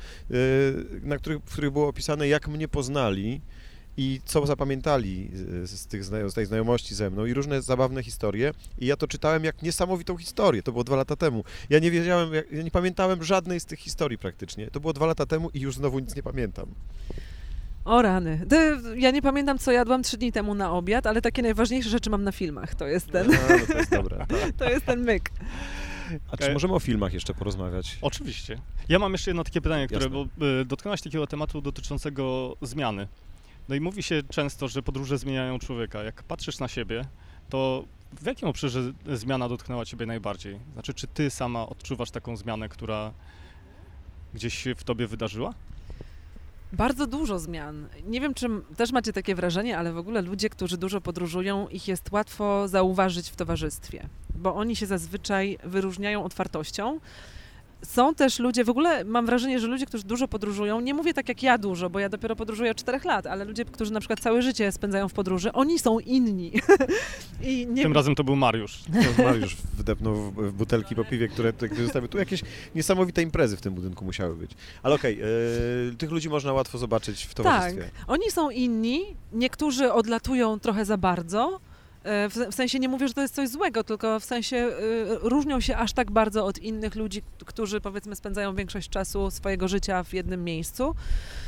w których było opisane, jak mnie poznali i co zapamiętali z tej znajomości ze mną i różne zabawne historie. I ja to czytałem jak niesamowitą historię. To było 2 lata temu. Ja nie wiedziałem, ja nie pamiętałem żadnej z tych historii praktycznie. To było 2 lata temu i już znowu nic nie pamiętam. O rany. Ja nie pamiętam, co jadłam 3 dni temu na obiad, ale takie najważniejsze rzeczy mam na filmach. To jest ten... to jest dobre. Tak. To jest ten myk. A czy możemy o filmach jeszcze porozmawiać? Oczywiście. Ja mam jeszcze jedno takie pytanie, które dotknęłaś takiego tematu dotyczącego zmiany. No i mówi się często, że podróże zmieniają człowieka. Jak patrzysz na siebie, to w jakim obszarze zmiana dotknęła ciebie najbardziej? Znaczy, czy ty sama odczuwasz taką zmianę, która gdzieś się w tobie wydarzyła? Bardzo dużo zmian. Nie wiem, czy też macie takie wrażenie, ale w ogóle ludzie, którzy dużo podróżują, ich jest łatwo zauważyć w towarzystwie, bo oni się zazwyczaj wyróżniają otwartością. Są też ludzie, w ogóle mam wrażenie, że ludzie, którzy dużo podróżują, nie mówię tak jak ja dużo, bo ja dopiero podróżuję od 4 lat, ale ludzie, którzy na przykład całe życie spędzają w podróży, oni są inni. I Tym razem to był Mariusz. Mariusz wdepnął w butelki po piwie, które zostawiły. Tu jakieś niesamowite imprezy w tym budynku musiały być. Ale okej, tych ludzi można łatwo zobaczyć w towarzystwie. Tak, oni są inni, niektórzy odlatują trochę za bardzo. W sensie nie mówię, że to jest coś złego, tylko w sensie różnią się aż tak bardzo od innych ludzi, którzy powiedzmy spędzają większość czasu swojego życia w jednym miejscu.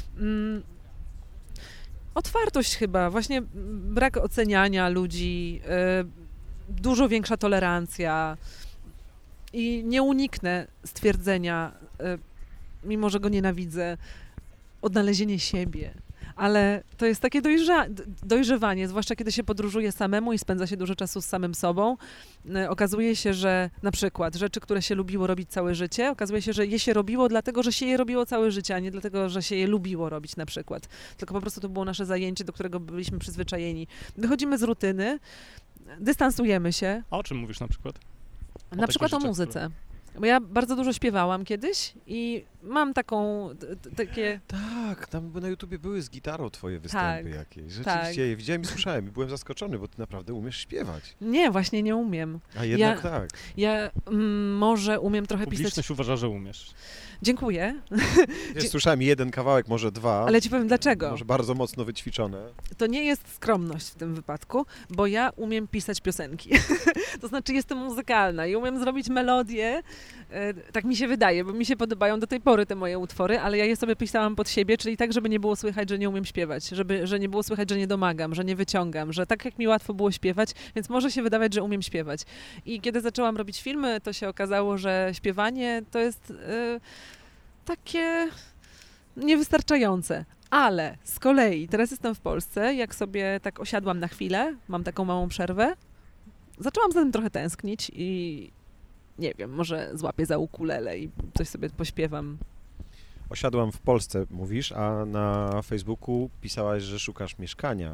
Otwartość chyba, właśnie brak oceniania ludzi, dużo większa tolerancja i nie uniknę stwierdzenia, mimo że go nienawidzę, odnalezienie siebie. Ale to jest takie dojrzewanie, zwłaszcza kiedy się podróżuje samemu i spędza się dużo czasu z samym sobą. Okazuje się, że na przykład rzeczy, które się lubiło robić całe życie, okazuje się, że je się robiło dlatego, że się je robiło całe życie, a nie dlatego, że się je lubiło robić na przykład. Tylko po prostu to było nasze zajęcie, do którego byliśmy przyzwyczajeni. Wychodzimy z rutyny, dystansujemy się. A o czym mówisz na przykład? Na przykład o muzyce. Bo ja bardzo dużo śpiewałam kiedyś i mam takie... Tak, tam na YouTubie były z gitarą twoje występy jakieś. Rzeczywiście, tak. Widziałem i słyszałem i byłem zaskoczony, bo ty naprawdę umiesz śpiewać. Nie, właśnie nie umiem. A jednak tak. Ja może umiem trochę pisać... Publiczność uważa, że umiesz. Dziękuję. Słyszałem 1 kawałek, może 2. Ale ci powiem dlaczego. Może bardzo mocno wyćwiczone. To nie jest skromność w tym wypadku, bo ja umiem pisać piosenki. To znaczy jestem muzykalna i umiem zrobić melodię. Tak mi się wydaje, bo mi się podobają do tej pory te moje utwory, ale ja je sobie pisałam pod siebie, czyli tak, żeby nie było słychać, że nie umiem śpiewać, że nie było słychać, że nie domagam, że nie wyciągam, że tak jak mi łatwo było śpiewać, więc może się wydawać, że umiem śpiewać. I kiedy zaczęłam robić filmy, to się okazało, że śpiewanie to jest takie niewystarczające. Ale z kolei, teraz jestem w Polsce, jak sobie tak osiadłam na chwilę, mam taką małą przerwę, zaczęłam za tym trochę tęsknić i nie wiem, może złapię za ukulele i coś sobie pośpiewam. Osiadłam w Polsce, mówisz, a na Facebooku pisałaś, że szukasz mieszkania,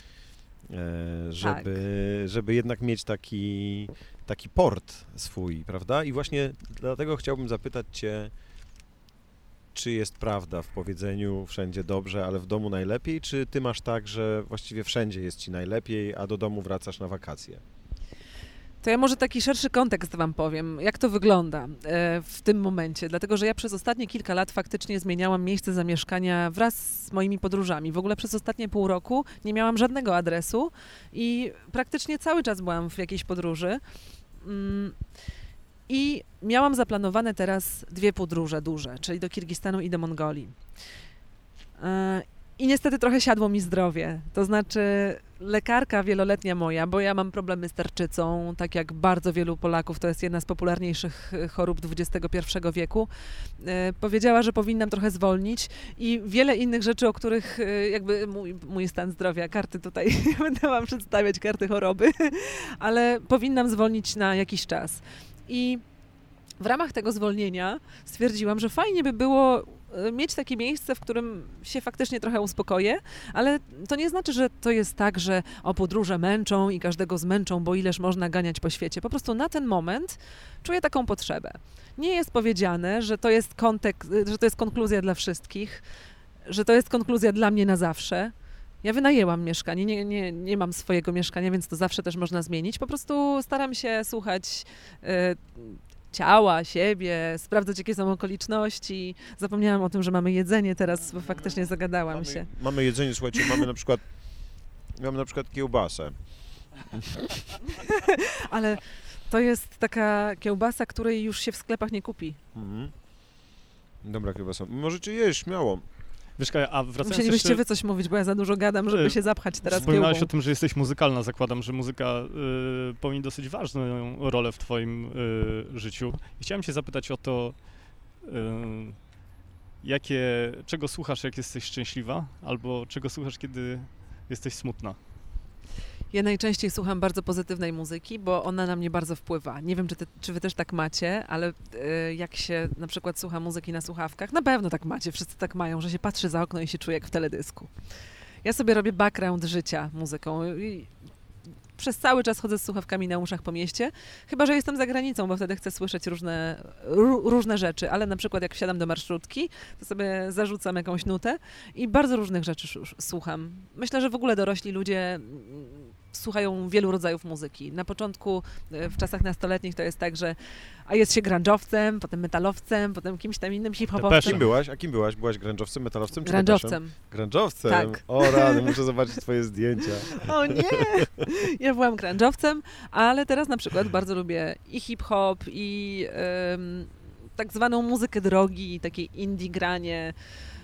żeby jednak mieć taki port swój, prawda? I właśnie dlatego chciałbym zapytać cię, czy jest prawda w powiedzeniu wszędzie dobrze, ale w domu najlepiej, czy ty masz tak, że właściwie wszędzie jest ci najlepiej, a do domu wracasz na wakacje? To ja może taki szerszy kontekst wam powiem, jak to wygląda w tym momencie, dlatego że ja przez ostatnie kilka lat faktycznie zmieniałam miejsce zamieszkania wraz z moimi podróżami. W ogóle przez ostatnie pół roku nie miałam żadnego adresu i praktycznie cały czas byłam w jakiejś podróży. I miałam zaplanowane teraz 2 podróże duże, czyli do Kirgistanu i do Mongolii. I niestety trochę siadło mi zdrowie. To znaczy lekarka wieloletnia moja, bo ja mam problemy z tarczycą, tak jak bardzo wielu Polaków, to jest jedna z popularniejszych chorób XXI wieku, powiedziała, że powinnam trochę zwolnić i wiele innych rzeczy, o których jakby mój stan zdrowia, karty tutaj, nie będę wam przedstawiać karty choroby, ale powinnam zwolnić na jakiś czas. I w ramach tego zwolnienia stwierdziłam, że fajnie by było mieć takie miejsce, w którym się faktycznie trochę uspokoję, ale to nie znaczy, że to jest tak, że podróże męczą i każdego zmęczą, bo ileż można ganiać po świecie. Po prostu na ten moment czuję taką potrzebę. Nie jest powiedziane, że to jest że to jest konkluzja dla wszystkich, że to jest konkluzja dla mnie na zawsze. Ja wynajęłam mieszkanie, nie mam swojego mieszkania, więc to zawsze też można zmienić. Po prostu staram się słuchać ciała, siebie, sprawdzać, jakie są okoliczności. Zapomniałam o tym, że mamy jedzenie teraz, bo faktycznie zagadałam się. Mamy jedzenie, słuchajcie, mamy na przykład kiełbasę. Ale to jest taka kiełbasa, której już się w sklepach nie kupi. Dobra kiełbasa. Możecie jeść, śmiało. Wiesz, Kaja, a wracając Musielibyście jeszcze... wy coś mówić, bo ja za dużo gadam, żeby się zapchać teraz Wspominałaś kiełbą. o tym, że jesteś muzykalna. Zakładam, że muzyka pełni dosyć ważną rolę w twoim życiu. I chciałem cię zapytać o to, czego słuchasz, jak jesteś szczęśliwa, albo czego słuchasz, kiedy jesteś smutna. Ja najczęściej słucham bardzo pozytywnej muzyki, bo ona na mnie bardzo wpływa. Nie wiem, czy wy też tak macie, ale jak się na przykład słucha muzyki na słuchawkach, na pewno tak macie, wszyscy tak mają, że się patrzy za okno i się czuje jak w teledysku. Ja sobie robię background życia muzyką i przez cały czas chodzę z słuchawkami na uszach po mieście, chyba że jestem za granicą, bo wtedy chcę słyszeć różne rzeczy, ale na przykład jak wsiadam do marszrutki, to sobie zarzucam jakąś nutę i bardzo różnych rzeczy słucham. Myślę, że w ogóle dorośli ludzie słuchają wielu rodzajów muzyki. Na początku, w czasach nastoletnich to jest tak, że jest się grunge'owcem, potem metalowcem, potem kimś tam innym hip-hopowcem. A kim byłaś? Byłaś grunge'owcem, metalowcem czy Grunge'owcem. Grunge'owcem? Tak. O rany, muszę zobaczyć twoje zdjęcia. O nie! Ja byłam grunge'owcem, ale teraz na przykład bardzo lubię i hip-hop, i tak zwaną muzykę drogi, takiej indie granie,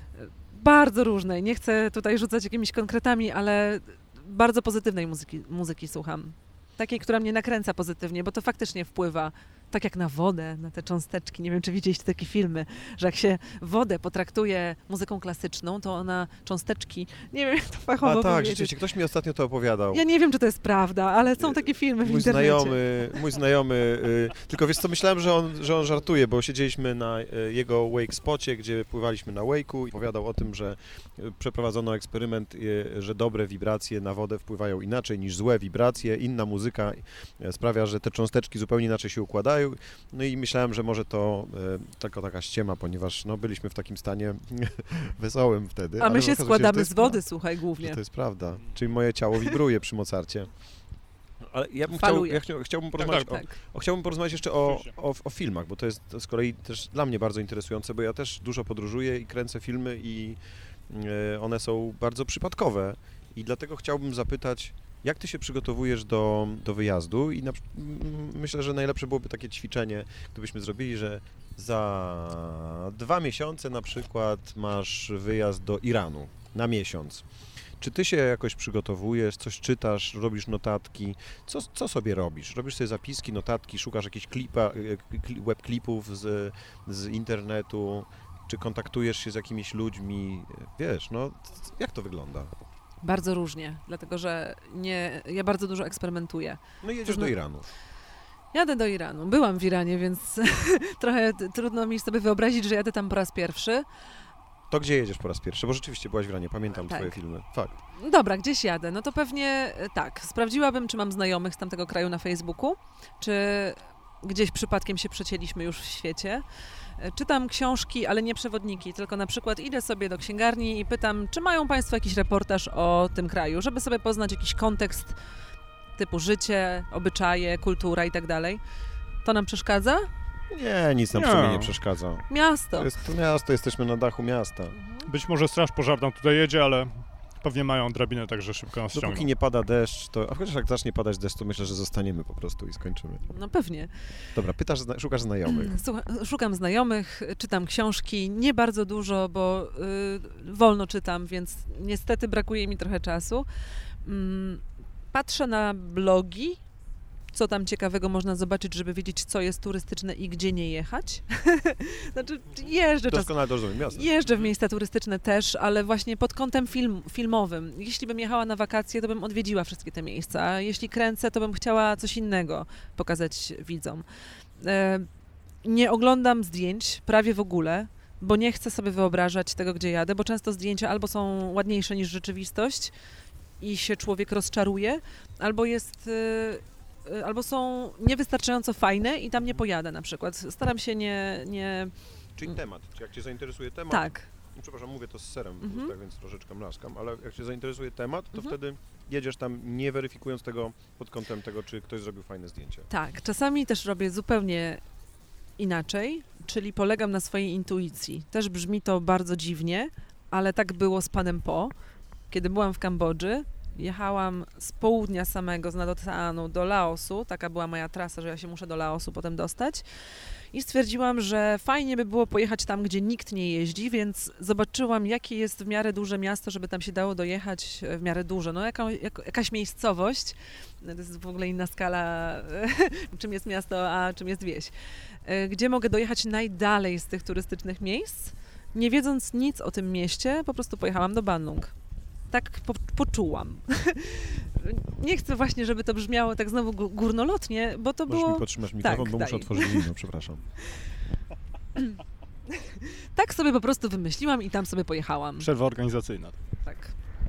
bardzo różnej. Nie chcę tutaj rzucać jakimiś konkretami, ale bardzo pozytywnej muzyki słucham. Takiej, która mnie nakręca pozytywnie, bo to faktycznie wpływa, tak jak na wodę, na te cząsteczki. Nie wiem, czy widzieliście takie filmy, że jak się wodę potraktuje muzyką klasyczną, to ona cząsteczki, nie wiem, jak to fachowo powiedzieć. Tak, rzeczywiście, ktoś mi ostatnio to opowiadał. Ja nie wiem, czy to jest prawda, ale są takie filmy w internecie. Mój znajomy, tylko wiesz co, myślałem, że on żartuje, bo siedzieliśmy na jego wake spocie, gdzie pływaliśmy na wake'u i opowiadał o tym, że przeprowadzono eksperyment, że dobre wibracje na wodę wpływają inaczej niż złe wibracje, inna muzyka sprawia, że te cząsteczki zupełnie inaczej się układają. No i myślałem, że może to tylko taka ściema, ponieważ byliśmy w takim stanie wesołym wtedy. A my się składamy z wody, słuchaj, głównie. To jest prawda. Czyli moje ciało wibruje przy Mozarcie. Ale ja bym chciałbym porozmawiać, chciałbym porozmawiać jeszcze o filmach, bo to jest z kolei też dla mnie bardzo interesujące, bo ja też dużo podróżuję i kręcę filmy i one są bardzo przypadkowe i dlatego chciałbym zapytać, jak ty się przygotowujesz do wyjazdu i myślę, że najlepsze byłoby takie ćwiczenie, gdybyśmy zrobili, że za 2 miesiące na przykład masz wyjazd do Iranu na miesiąc. Czy ty się jakoś przygotowujesz, coś czytasz, robisz notatki? Co sobie robisz? Robisz sobie zapiski, notatki, szukasz jakichś webklipów z internetu, czy kontaktujesz się z jakimiś ludźmi? Wiesz, jak to wygląda? Bardzo różnie, dlatego że ja bardzo dużo eksperymentuję. No i jedziesz do Iranu. Jadę do Iranu. Byłam w Iranie, więc trochę trudno mi sobie wyobrazić, że jadę tam po raz pierwszy. To gdzie jedziesz po raz pierwszy? Bo rzeczywiście byłaś w Iranie, pamiętam twoje filmy. Fakt. Dobra, gdzieś jadę. No to pewnie tak. Sprawdziłabym, czy mam znajomych z tamtego kraju na Facebooku, czy gdzieś przypadkiem się przecięliśmy już w świecie. Czytam książki, ale nie przewodniki, tylko na przykład idę sobie do księgarni i pytam, czy mają Państwo jakiś reportaż o tym kraju, żeby sobie poznać jakiś kontekst typu życie, obyczaje, kultura i tak dalej. To nam przeszkadza? Nie, nic nam w sumie nie przeszkadza. Miasto. To miasto, jesteśmy na dachu miasta. Być może straż pożarna tutaj jedzie, ale Pewnie mają drabinę, także szybko nas ściągną. Dopóki nie pada deszcz, to... A chociaż jak zacznie padać deszcz, to myślę, że zostaniemy po prostu i skończymy. No pewnie. Dobra, szukasz znajomych. Szukam znajomych, czytam książki, nie bardzo dużo, bo wolno czytam, więc niestety brakuje mi trochę czasu. Patrzę na blogi, co tam ciekawego można zobaczyć, żeby wiedzieć, co jest turystyczne i gdzie nie jechać. Znaczy, Doskonale rozumiem, jasne. jeżdżę w miejsca turystyczne też, ale właśnie pod kątem filmowym. Jeśli bym jechała na wakacje, to bym odwiedziła wszystkie te miejsca. A jeśli kręcę, to bym chciała coś innego pokazać widzom. Nie oglądam zdjęć prawie w ogóle, bo nie chcę sobie wyobrażać tego, gdzie jadę, bo często zdjęcia albo są ładniejsze niż rzeczywistość i się człowiek rozczaruje, albo są niewystarczająco fajne i tam nie pojadę na przykład. Staram się nie... Czyli temat, czy jak Cię zainteresuje temat... Tak. Przepraszam, mówię to z serem, tak więc troszeczkę mlaskam, ale jak Cię zainteresuje temat, to wtedy jedziesz tam nie weryfikując tego pod kątem tego, czy ktoś zrobił fajne zdjęcie. Tak, czasami też robię zupełnie inaczej, czyli polegam na swojej intuicji. Też brzmi to bardzo dziwnie, ale tak było z Panem Po. Kiedy byłam w Kambodży, jechałam z południa samego, z nad oceanu do Laosu, taka była moja trasa, że ja się muszę do Laosu potem dostać i stwierdziłam, że fajnie by było pojechać tam, gdzie nikt nie jeździ, więc zobaczyłam, jakie jest w miarę duże miasto, żeby tam się dało dojechać w miarę duże. No jakaś miejscowość, to jest w ogóle inna skala, czym jest miasto, a czym jest wieś, gdzie mogę dojechać najdalej z tych turystycznych miejsc, nie wiedząc nic o tym mieście, po prostu pojechałam do Bandung. Tak poczułam. Nie chcę właśnie, żeby to brzmiało tak znowu górnolotnie, bo to Możesz było... mi podtrzymać mikrofon, tak, bo muszę otworzyć wino, przepraszam. Tak sobie po prostu wymyśliłam i tam sobie pojechałam. Przerwa organizacyjna. Tak.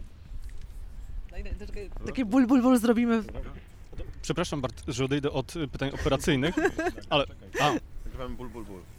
Takie ból zrobimy. Przepraszam, Bart, że odejdę od pytań operacyjnych, ale... Nagrywamy ból.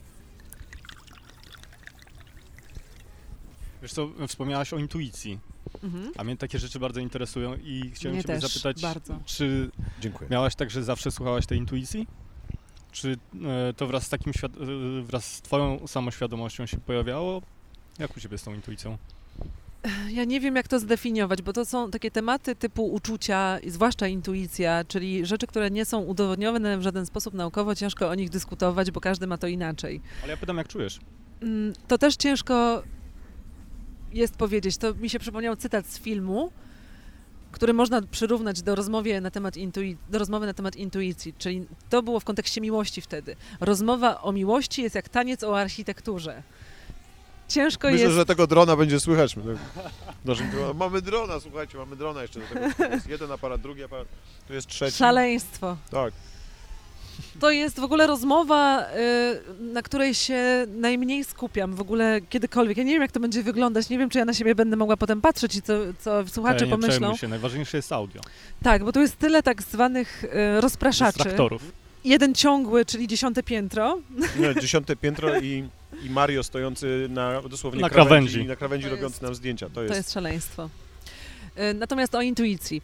Wiesz co, wspomniałaś o intuicji, a mnie takie rzeczy bardzo interesują i chciałem Mnie Ciebie też, zapytać, bardzo. czy Dziękuję. miałaś tak, że zawsze słuchałaś tej intuicji? Czy to wraz z Twoją samoświadomością się pojawiało? Jak u Ciebie z tą intuicją? Ja nie wiem, jak to zdefiniować, bo to są takie tematy typu uczucia, zwłaszcza intuicja, czyli rzeczy, które nie są udowodnione w żaden sposób naukowo, ciężko o nich dyskutować, bo każdy ma to inaczej. Ale ja pytam, jak czujesz? To też ciężko jest powiedzieć. To mi się przypomniał cytat z filmu, który można przyrównać do rozmowy na temat intuicji, czyli to było w kontekście miłości wtedy. Rozmowa o miłości jest jak taniec o architekturze. Ciężko Myślę, jest... że tego drona będzie słychać. Mamy drona, słuchajcie, mamy drona jeszcze do tego. To jest jeden aparat, drugi aparat, tu jest trzeci. Szaleństwo. Tak. To jest w ogóle rozmowa, na której się najmniej skupiam w ogóle kiedykolwiek. Ja nie wiem, jak to będzie wyglądać, nie wiem, czy ja na siebie będę mogła potem patrzeć i co słuchacze Nie pomyślą. przejmuj się, najważniejsze jest audio. Tak, bo tu jest tyle tak zwanych rozpraszaczy. Dystraktorów. Jeden ciągły, czyli 10. piętro. Nie, 10. piętro i Mario stojący dosłownie na krawędzi. Na krawędzi To robiący jest- nam zdjęcia. To jest szaleństwo. Natomiast o intuicji.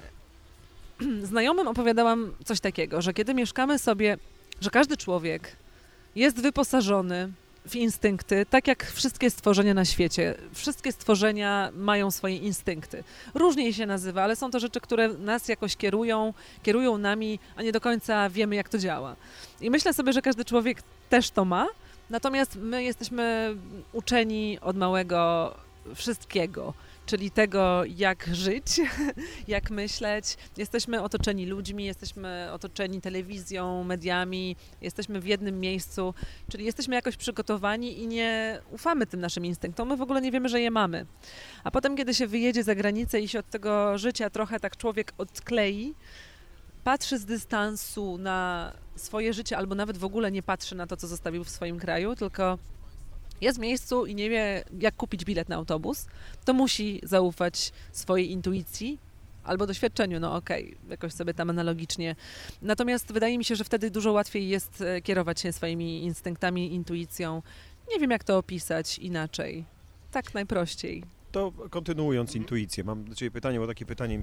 Znajomym opowiadałam coś takiego, że kiedy mieszkamy sobie, że każdy człowiek jest wyposażony w instynkty, tak jak wszystkie stworzenia na świecie. Wszystkie stworzenia mają swoje instynkty. Różnie się nazywa, ale są to rzeczy, które nas jakoś kierują nami, a nie do końca wiemy, jak to działa. I myślę sobie, że każdy człowiek też to ma, natomiast my jesteśmy uczeni od małego wszystkiego, czyli tego, jak żyć, jak myśleć. Jesteśmy otoczeni ludźmi, jesteśmy otoczeni telewizją, mediami, jesteśmy w jednym miejscu, czyli jesteśmy jakoś przygotowani i nie ufamy tym naszym instynktom. My w ogóle nie wiemy, że je mamy. A potem, kiedy się wyjedzie za granicę i się od tego życia trochę tak człowiek odklei, patrzy z dystansu na swoje życie albo nawet w ogóle nie patrzy na to, co zostawił w swoim kraju, tylko jest w miejscu i nie wie, jak kupić bilet na autobus, to musi zaufać swojej intuicji albo doświadczeniu, no okej, jakoś sobie tam analogicznie. Natomiast wydaje mi się, że wtedy dużo łatwiej jest kierować się swoimi instynktami, intuicją. Nie wiem, jak to opisać inaczej. Tak najprościej. To kontynuując intuicję, mam do Ciebie pytanie, bo takie pytanie...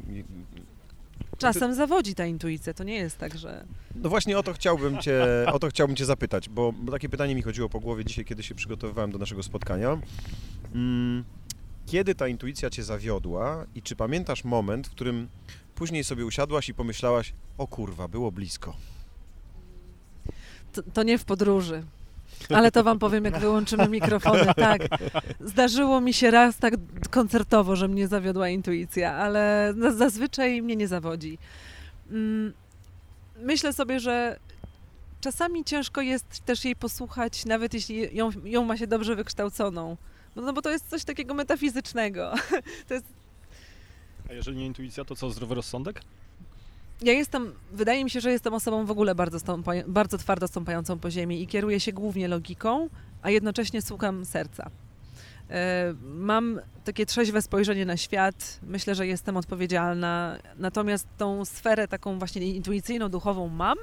Czasem zawodzi ta intuicja, to nie jest tak, że... No właśnie o to chciałbym Cię zapytać, bo takie pytanie mi chodziło po głowie dzisiaj, kiedy się przygotowywałem do naszego spotkania. Kiedy ta intuicja cię zawiodła i czy pamiętasz moment, w którym później sobie usiadłaś i pomyślałaś, o kurwa, było blisko? To nie w podróży. Ale to wam powiem, jak wyłączymy mikrofony. Tak, zdarzyło mi się raz tak koncertowo, że mnie zawiodła intuicja, ale zazwyczaj mnie nie zawodzi. Myślę sobie, że czasami ciężko jest też jej posłuchać, nawet jeśli ją ma się dobrze wykształconą. No bo to jest coś takiego metafizycznego. To jest... A jeżeli nie intuicja, to co, zdrowy rozsądek? Wydaje mi się, że jestem osobą w ogóle bardzo twardo stąpającą po ziemi i kieruję się głównie logiką, a jednocześnie słucham serca. Mam takie trzeźwe spojrzenie na świat, myślę, że jestem odpowiedzialna, natomiast tą sferę taką właśnie intuicyjną, duchową mam,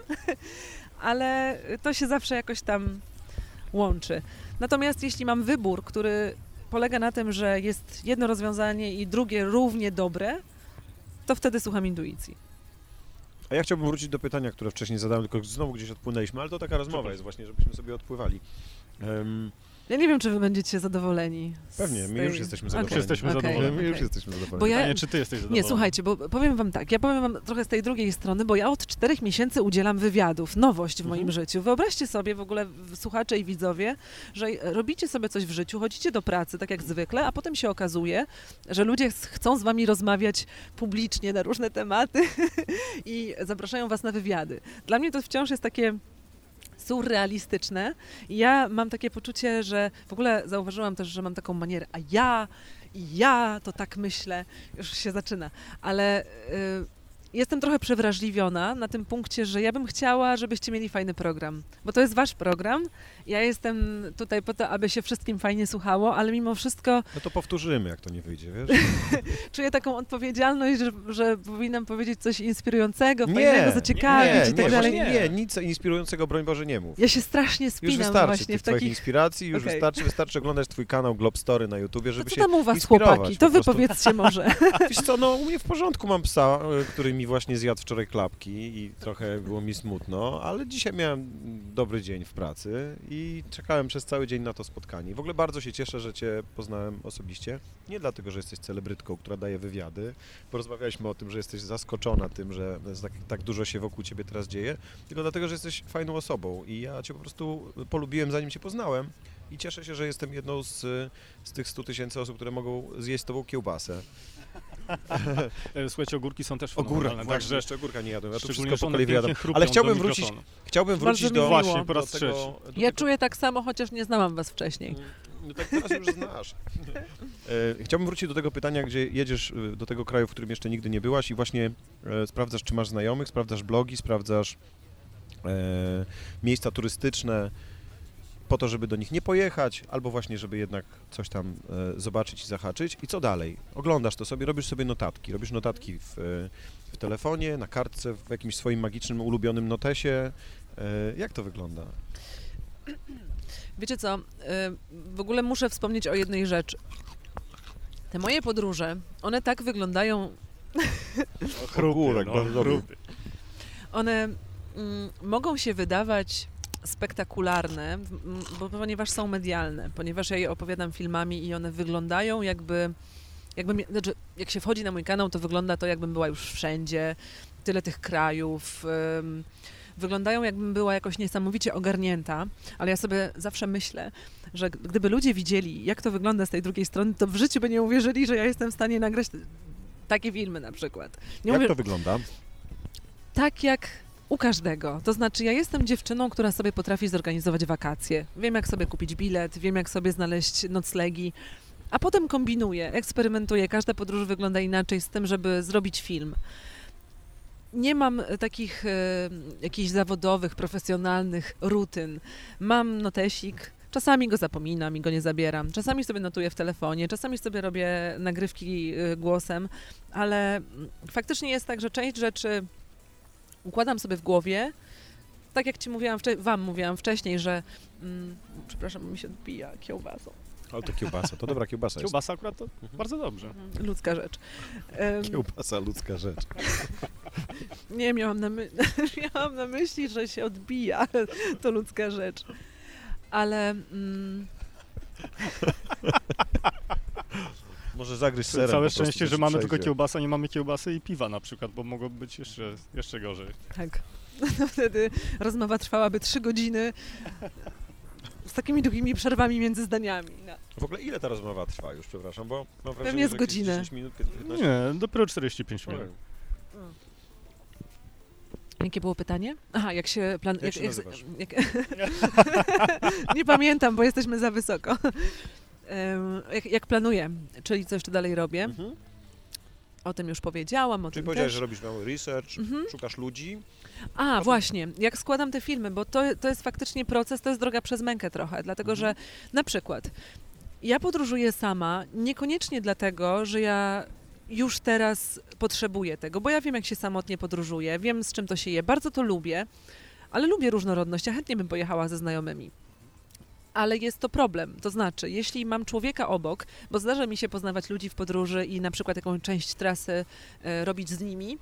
ale to się zawsze jakoś tam łączy. Natomiast jeśli mam wybór, który polega na tym, że jest jedno rozwiązanie i drugie równie dobre, to wtedy słucham intuicji. A ja chciałbym wrócić do pytania, które wcześniej zadałem, tylko znowu gdzieś odpłynęliśmy, ale to taka rozmowa jest właśnie, żebyśmy sobie odpływali. Ja nie wiem, czy wy będziecie zadowoleni. Pewnie, my już jesteśmy zadowoleni. Jesteśmy zadowoleni. My już jesteśmy zadowoleni. Bo ja... Pytanie, czy ty jesteś zadowolony? Nie, słuchajcie, bo powiem wam tak, ja powiem wam trochę z tej drugiej strony, bo ja od 4 miesięcy udzielam wywiadów, nowość w moim życiu. Wyobraźcie sobie w ogóle, słuchacze i widzowie, że robicie sobie coś w życiu, chodzicie do pracy, tak jak zwykle, a potem się okazuje, że ludzie chcą z wami rozmawiać publicznie na różne tematy i zapraszają was na wywiady. Dla mnie to wciąż jest takie surrealistyczne. Ja mam takie poczucie, że w ogóle zauważyłam też, że mam taką manierę, ja to tak myślę, już się zaczyna, ale jestem trochę przewrażliwiona na tym punkcie, że ja bym chciała, żebyście mieli fajny program, bo to jest wasz program, ja jestem tutaj po to, aby się wszystkim fajnie słuchało, ale mimo wszystko... No to powtórzymy, jak to nie wyjdzie, wiesz? Czuję taką odpowiedzialność, że powinnam powiedzieć coś inspirującego, fajnego, zaciekawić i tak dalej. Nie, nic inspirującego, broń Boże, nie mów. Ja się strasznie spinam już wystarczy właśnie tych w takich... twoich inspiracji, już wystarczy oglądać twój kanał Globstory na YouTubie, żeby to się tam u was, inspirować. chłopaki, to wy powiedzcie może. Wiesz co, no u mnie w porządku, mam psa, który mi właśnie zjadł wczoraj klapki i trochę było mi smutno, ale dzisiaj miałem dobry dzień w pracy i czekałem przez cały dzień na to spotkanie. W ogóle bardzo się cieszę, że cię poznałem osobiście. Nie dlatego, że jesteś celebrytką, która daje wywiady, bo rozmawialiśmy o tym, że jesteś zaskoczona tym, że tak dużo się wokół ciebie teraz dzieje, tylko dlatego, że jesteś fajną osobą i ja cię po prostu polubiłem, zanim cię poznałem i cieszę się, że jestem jedną z tych 100 000 osób, które mogą zjeść z tobą kiełbasę. Słuchajcie, ogórki są też fenomenalne. Także Także jeszcze ogórka nie jadłem, ja to szczególnie, wszystko po że kolei one wyjadam. pięknie Ale chrupią chciałbym wrócić do... Właśnie, po raz do trzeci. Ja czuję tak samo, chociaż nie znałam was wcześniej. No tak teraz już znasz. Chciałbym wrócić do tego pytania, gdzie jedziesz do tego kraju, w którym jeszcze nigdy nie byłaś i właśnie sprawdzasz, czy masz znajomych, sprawdzasz blogi, sprawdzasz miejsca turystyczne po to, żeby do nich nie pojechać, albo właśnie, żeby jednak coś tam zobaczyć i zahaczyć. I co dalej? Oglądasz to sobie, robisz sobie notatki. Robisz notatki w telefonie, na kartce, w jakimś swoim magicznym, ulubionym notesie. Jak to wygląda? Wiecie co, w ogóle muszę wspomnieć o jednej rzeczy. Te moje podróże, one tak wyglądają... Ogórek, One mogą się wydawać spektakularne, ponieważ są medialne, ponieważ ja je opowiadam filmami i one wyglądają znaczy, jak się wchodzi na mój kanał, to wygląda to, jakbym była już wszędzie, tyle tych krajów, wyglądają, jakbym była jakoś niesamowicie ogarnięta, ale ja sobie zawsze myślę, że gdyby ludzie widzieli, jak to wygląda z tej drugiej strony, to w życiu by nie uwierzyli, że ja jestem w stanie nagrać takie filmy na przykład. Jak to wygląda? Tak jak u każdego. To znaczy, ja jestem dziewczyną, która sobie potrafi zorganizować wakacje. Wiem, jak sobie kupić bilet, wiem, jak sobie znaleźć noclegi, a potem kombinuję, eksperymentuję. Każda podróż wygląda inaczej z tym, żeby zrobić film. Nie mam takich jakichś zawodowych, profesjonalnych rutyn. Mam notesik, czasami go zapominam i go nie zabieram. Czasami sobie notuję w telefonie, czasami sobie robię nagrywki głosem, ale faktycznie jest tak, że część rzeczy układam sobie w głowie, tak jak wam mówiłam wcześniej, że przepraszam, mi się odbija kiełbasą. Ale to kiełbasa, to dobra kiełbasa jest. Kiełbasa akurat to bardzo dobrze. Ludzka rzecz. Kiełbasa, ludzka rzecz. Nie, miałam na myśli, że się odbija, to ludzka rzecz. Ale... Może zagryźć serem. Całe po prostu, szczęście, to że ci mamy przejdzie. tylko kiełbasę, nie mamy kiełbasy i piwa na przykład, bo mogło być jeszcze gorzej. Tak. No wtedy rozmowa trwałaby 3 godziny z takimi długimi przerwami między zdaniami. No. W ogóle ile ta rozmowa trwa już, przepraszam, bo mam wrażenie, Pewnie z że jakieś godzinę. 10 minut, 15 Nie, dopiero 45 minut. minut. Jakie było pytanie? Aha, jak się Jak się nazywasz? Nie pamiętam, bo jesteśmy za wysoko. Jak planuję, czyli co jeszcze dalej robię. Mhm. O tym już powiedziałam, o Czyli tym powiedziałeś, też. że robisz mały research, Mhm. szukasz ludzi. A, właśnie, jak składam te filmy, bo to jest faktycznie proces, to jest droga przez mękę trochę, dlatego że na przykład ja podróżuję sama, niekoniecznie dlatego, że ja już teraz potrzebuję tego, bo ja wiem, jak się samotnie podróżuję, wiem, z czym to się je, bardzo to lubię, ale lubię różnorodność, ja chętnie bym pojechała ze znajomymi. Ale jest to problem, to znaczy, jeśli mam człowieka obok, bo zdarza mi się poznawać ludzi w podróży i na przykład jakąś część trasy robić z nimi,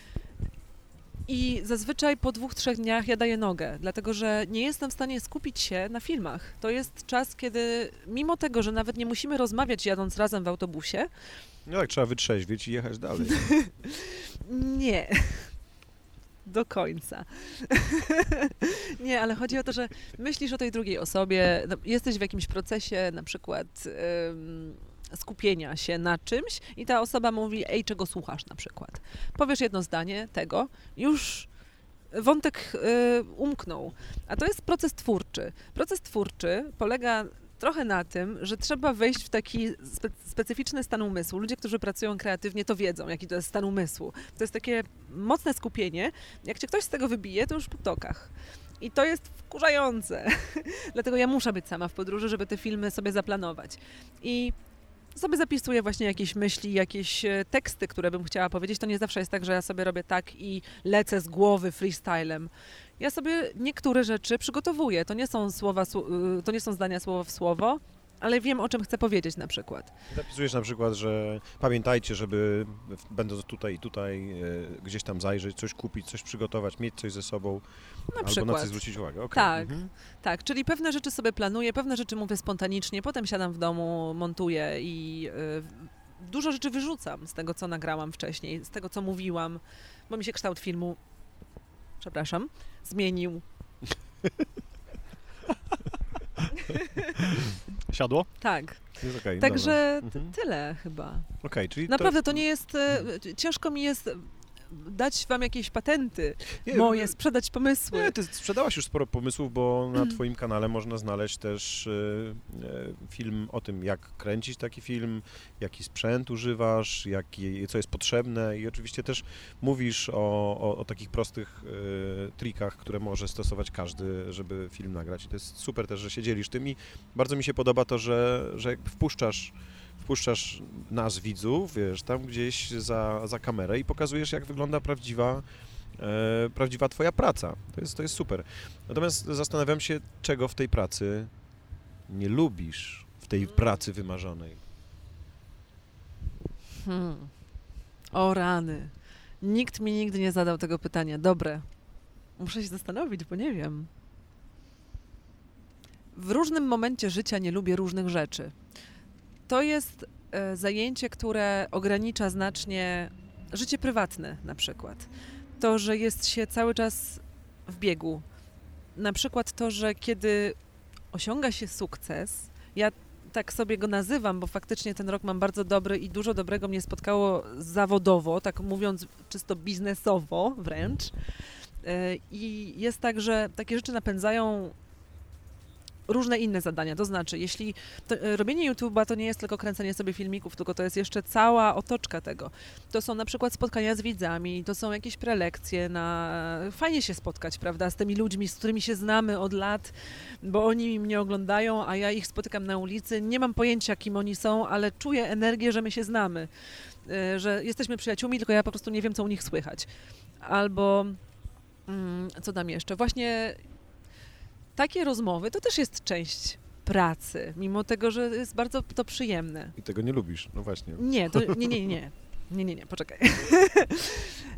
i zazwyczaj po 2-3 dniach ja daję nogę, dlatego że nie jestem w stanie skupić się na filmach. To jest czas, kiedy mimo tego, że nawet nie musimy rozmawiać jadąc razem w autobusie, No tak, trzeba wytrzeźwieć i jechać dalej. nie. Do końca. Nie, ale chodzi o to, że myślisz o tej drugiej osobie, no, jesteś w jakimś procesie na przykład skupienia się na czymś i ta osoba mówi, ej, czego słuchasz na przykład. Powiesz jedno zdanie tego, już wątek umknął. A to jest proces twórczy. Proces twórczy polega trochę na tym, że trzeba wejść w taki specyficzny stan umysłu. Ludzie, którzy pracują kreatywnie, to wiedzą, jaki to jest stan umysłu. To jest takie mocne skupienie. Jak cię ktoś z tego wybije, to już po tokach. I to jest wkurzające. Dlatego ja muszę być sama w podróży, żeby te filmy sobie zaplanować. I sobie zapisuję właśnie jakieś myśli, jakieś teksty, które bym chciała powiedzieć. To nie zawsze jest tak, że ja sobie robię tak i lecę z głowy freestylem. Ja sobie niektóre rzeczy przygotowuję. To nie są słowa, to nie są zdania słowo w słowo, ale wiem, o czym chcę powiedzieć na przykład. Zapisujesz na przykład, że pamiętajcie, żeby będąc tutaj i tutaj gdzieś tam zajrzeć, coś kupić, coś przygotować, mieć coś ze sobą, Na albo przykład. na coś zwrócić uwagę. Okay. Tak, tak, czyli pewne rzeczy sobie planuję, pewne rzeczy mówię spontanicznie, potem siadam w domu, montuję i dużo rzeczy wyrzucam z tego, co nagrałam wcześniej, z tego, co mówiłam, bo mi się kształt filmu, zmienił. Siadło? Tak, Jest okay, także dobra. tyle chyba. Okej, czyli Naprawdę to nie jest, ciężko mi jest dać wam jakieś patenty moje, sprzedać pomysły. Nie, ty sprzedałaś już sporo pomysłów, bo na twoim kanale można znaleźć też film o tym, jak kręcić taki film, jaki sprzęt używasz, co jest potrzebne i oczywiście też mówisz o takich prostych trikach, które może stosować każdy, żeby film nagrać. I to jest super też, że się dzielisz tym i bardzo mi się podoba to, że jakby wpuszczasz nas, widzów, wiesz, tam gdzieś za kamerę i pokazujesz, jak wygląda prawdziwa twoja praca. To jest super. Natomiast zastanawiam się, czego w tej pracy nie lubisz, w tej pracy wymarzonej. O rany. Nikt mi nigdy nie zadał tego pytania. Dobre. Muszę się zastanowić, bo nie wiem. W różnym momencie życia nie lubię różnych rzeczy. To jest zajęcie, które ogranicza znacznie życie prywatne na przykład. To, że jest się cały czas w biegu. Na przykład to, że kiedy osiąga się sukces, ja tak sobie go nazywam, bo faktycznie ten rok mam bardzo dobry i dużo dobrego mnie spotkało zawodowo, tak mówiąc czysto biznesowo wręcz. I jest tak, że takie rzeczy napędzają różne inne zadania, to znaczy, jeśli robienie YouTube'a to nie jest tylko kręcenie sobie filmików, tylko to jest jeszcze cała otoczka tego. To są na przykład spotkania z widzami, to są jakieś prelekcje fajnie się spotkać, prawda, z tymi ludźmi, z którymi się znamy od lat, bo oni mnie oglądają, a ja ich spotykam na ulicy, nie mam pojęcia, kim oni są, ale czuję energię, że my się znamy, że jesteśmy przyjaciółmi, tylko ja po prostu nie wiem, co u nich słychać. Albo, co tam jeszcze, właśnie takie rozmowy to też jest część pracy, mimo tego, że jest bardzo to przyjemne. I tego nie lubisz, no właśnie. Nie, to nie, poczekaj.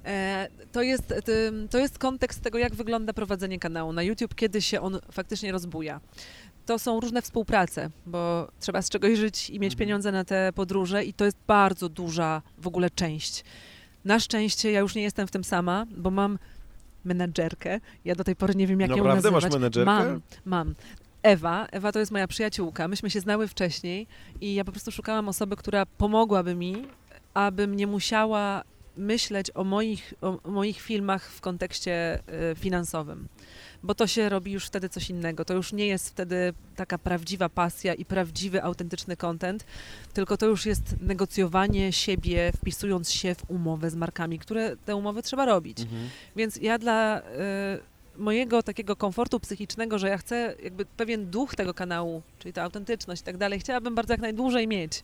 To jest kontekst tego, jak wygląda prowadzenie kanału na YouTube, kiedy się on faktycznie rozbuja. To są różne współprace, bo trzeba z czegoś żyć i mieć pieniądze na te podróże i to jest bardzo duża w ogóle część. Na szczęście ja już nie jestem w tym sama, bo mam menadżerkę. Ja do tej pory nie wiem, jak ją nazywać. Naprawdę masz menadżerkę? Mam. Ewa to jest moja przyjaciółka. Myśmy się znały wcześniej i ja po prostu szukałam osoby, która pomogłaby mi, abym nie musiała myśleć o moich filmach w kontekście finansowym. Bo to się robi już wtedy coś innego. To już nie jest wtedy taka prawdziwa pasja i prawdziwy, autentyczny content, tylko to już jest negocjowanie siebie, wpisując się w umowę z markami, które te umowy trzeba robić. Więc ja dla mojego takiego komfortu psychicznego, że ja chcę jakby pewien duch tego kanału, czyli ta autentyczność i tak dalej, chciałabym bardzo jak najdłużej mieć.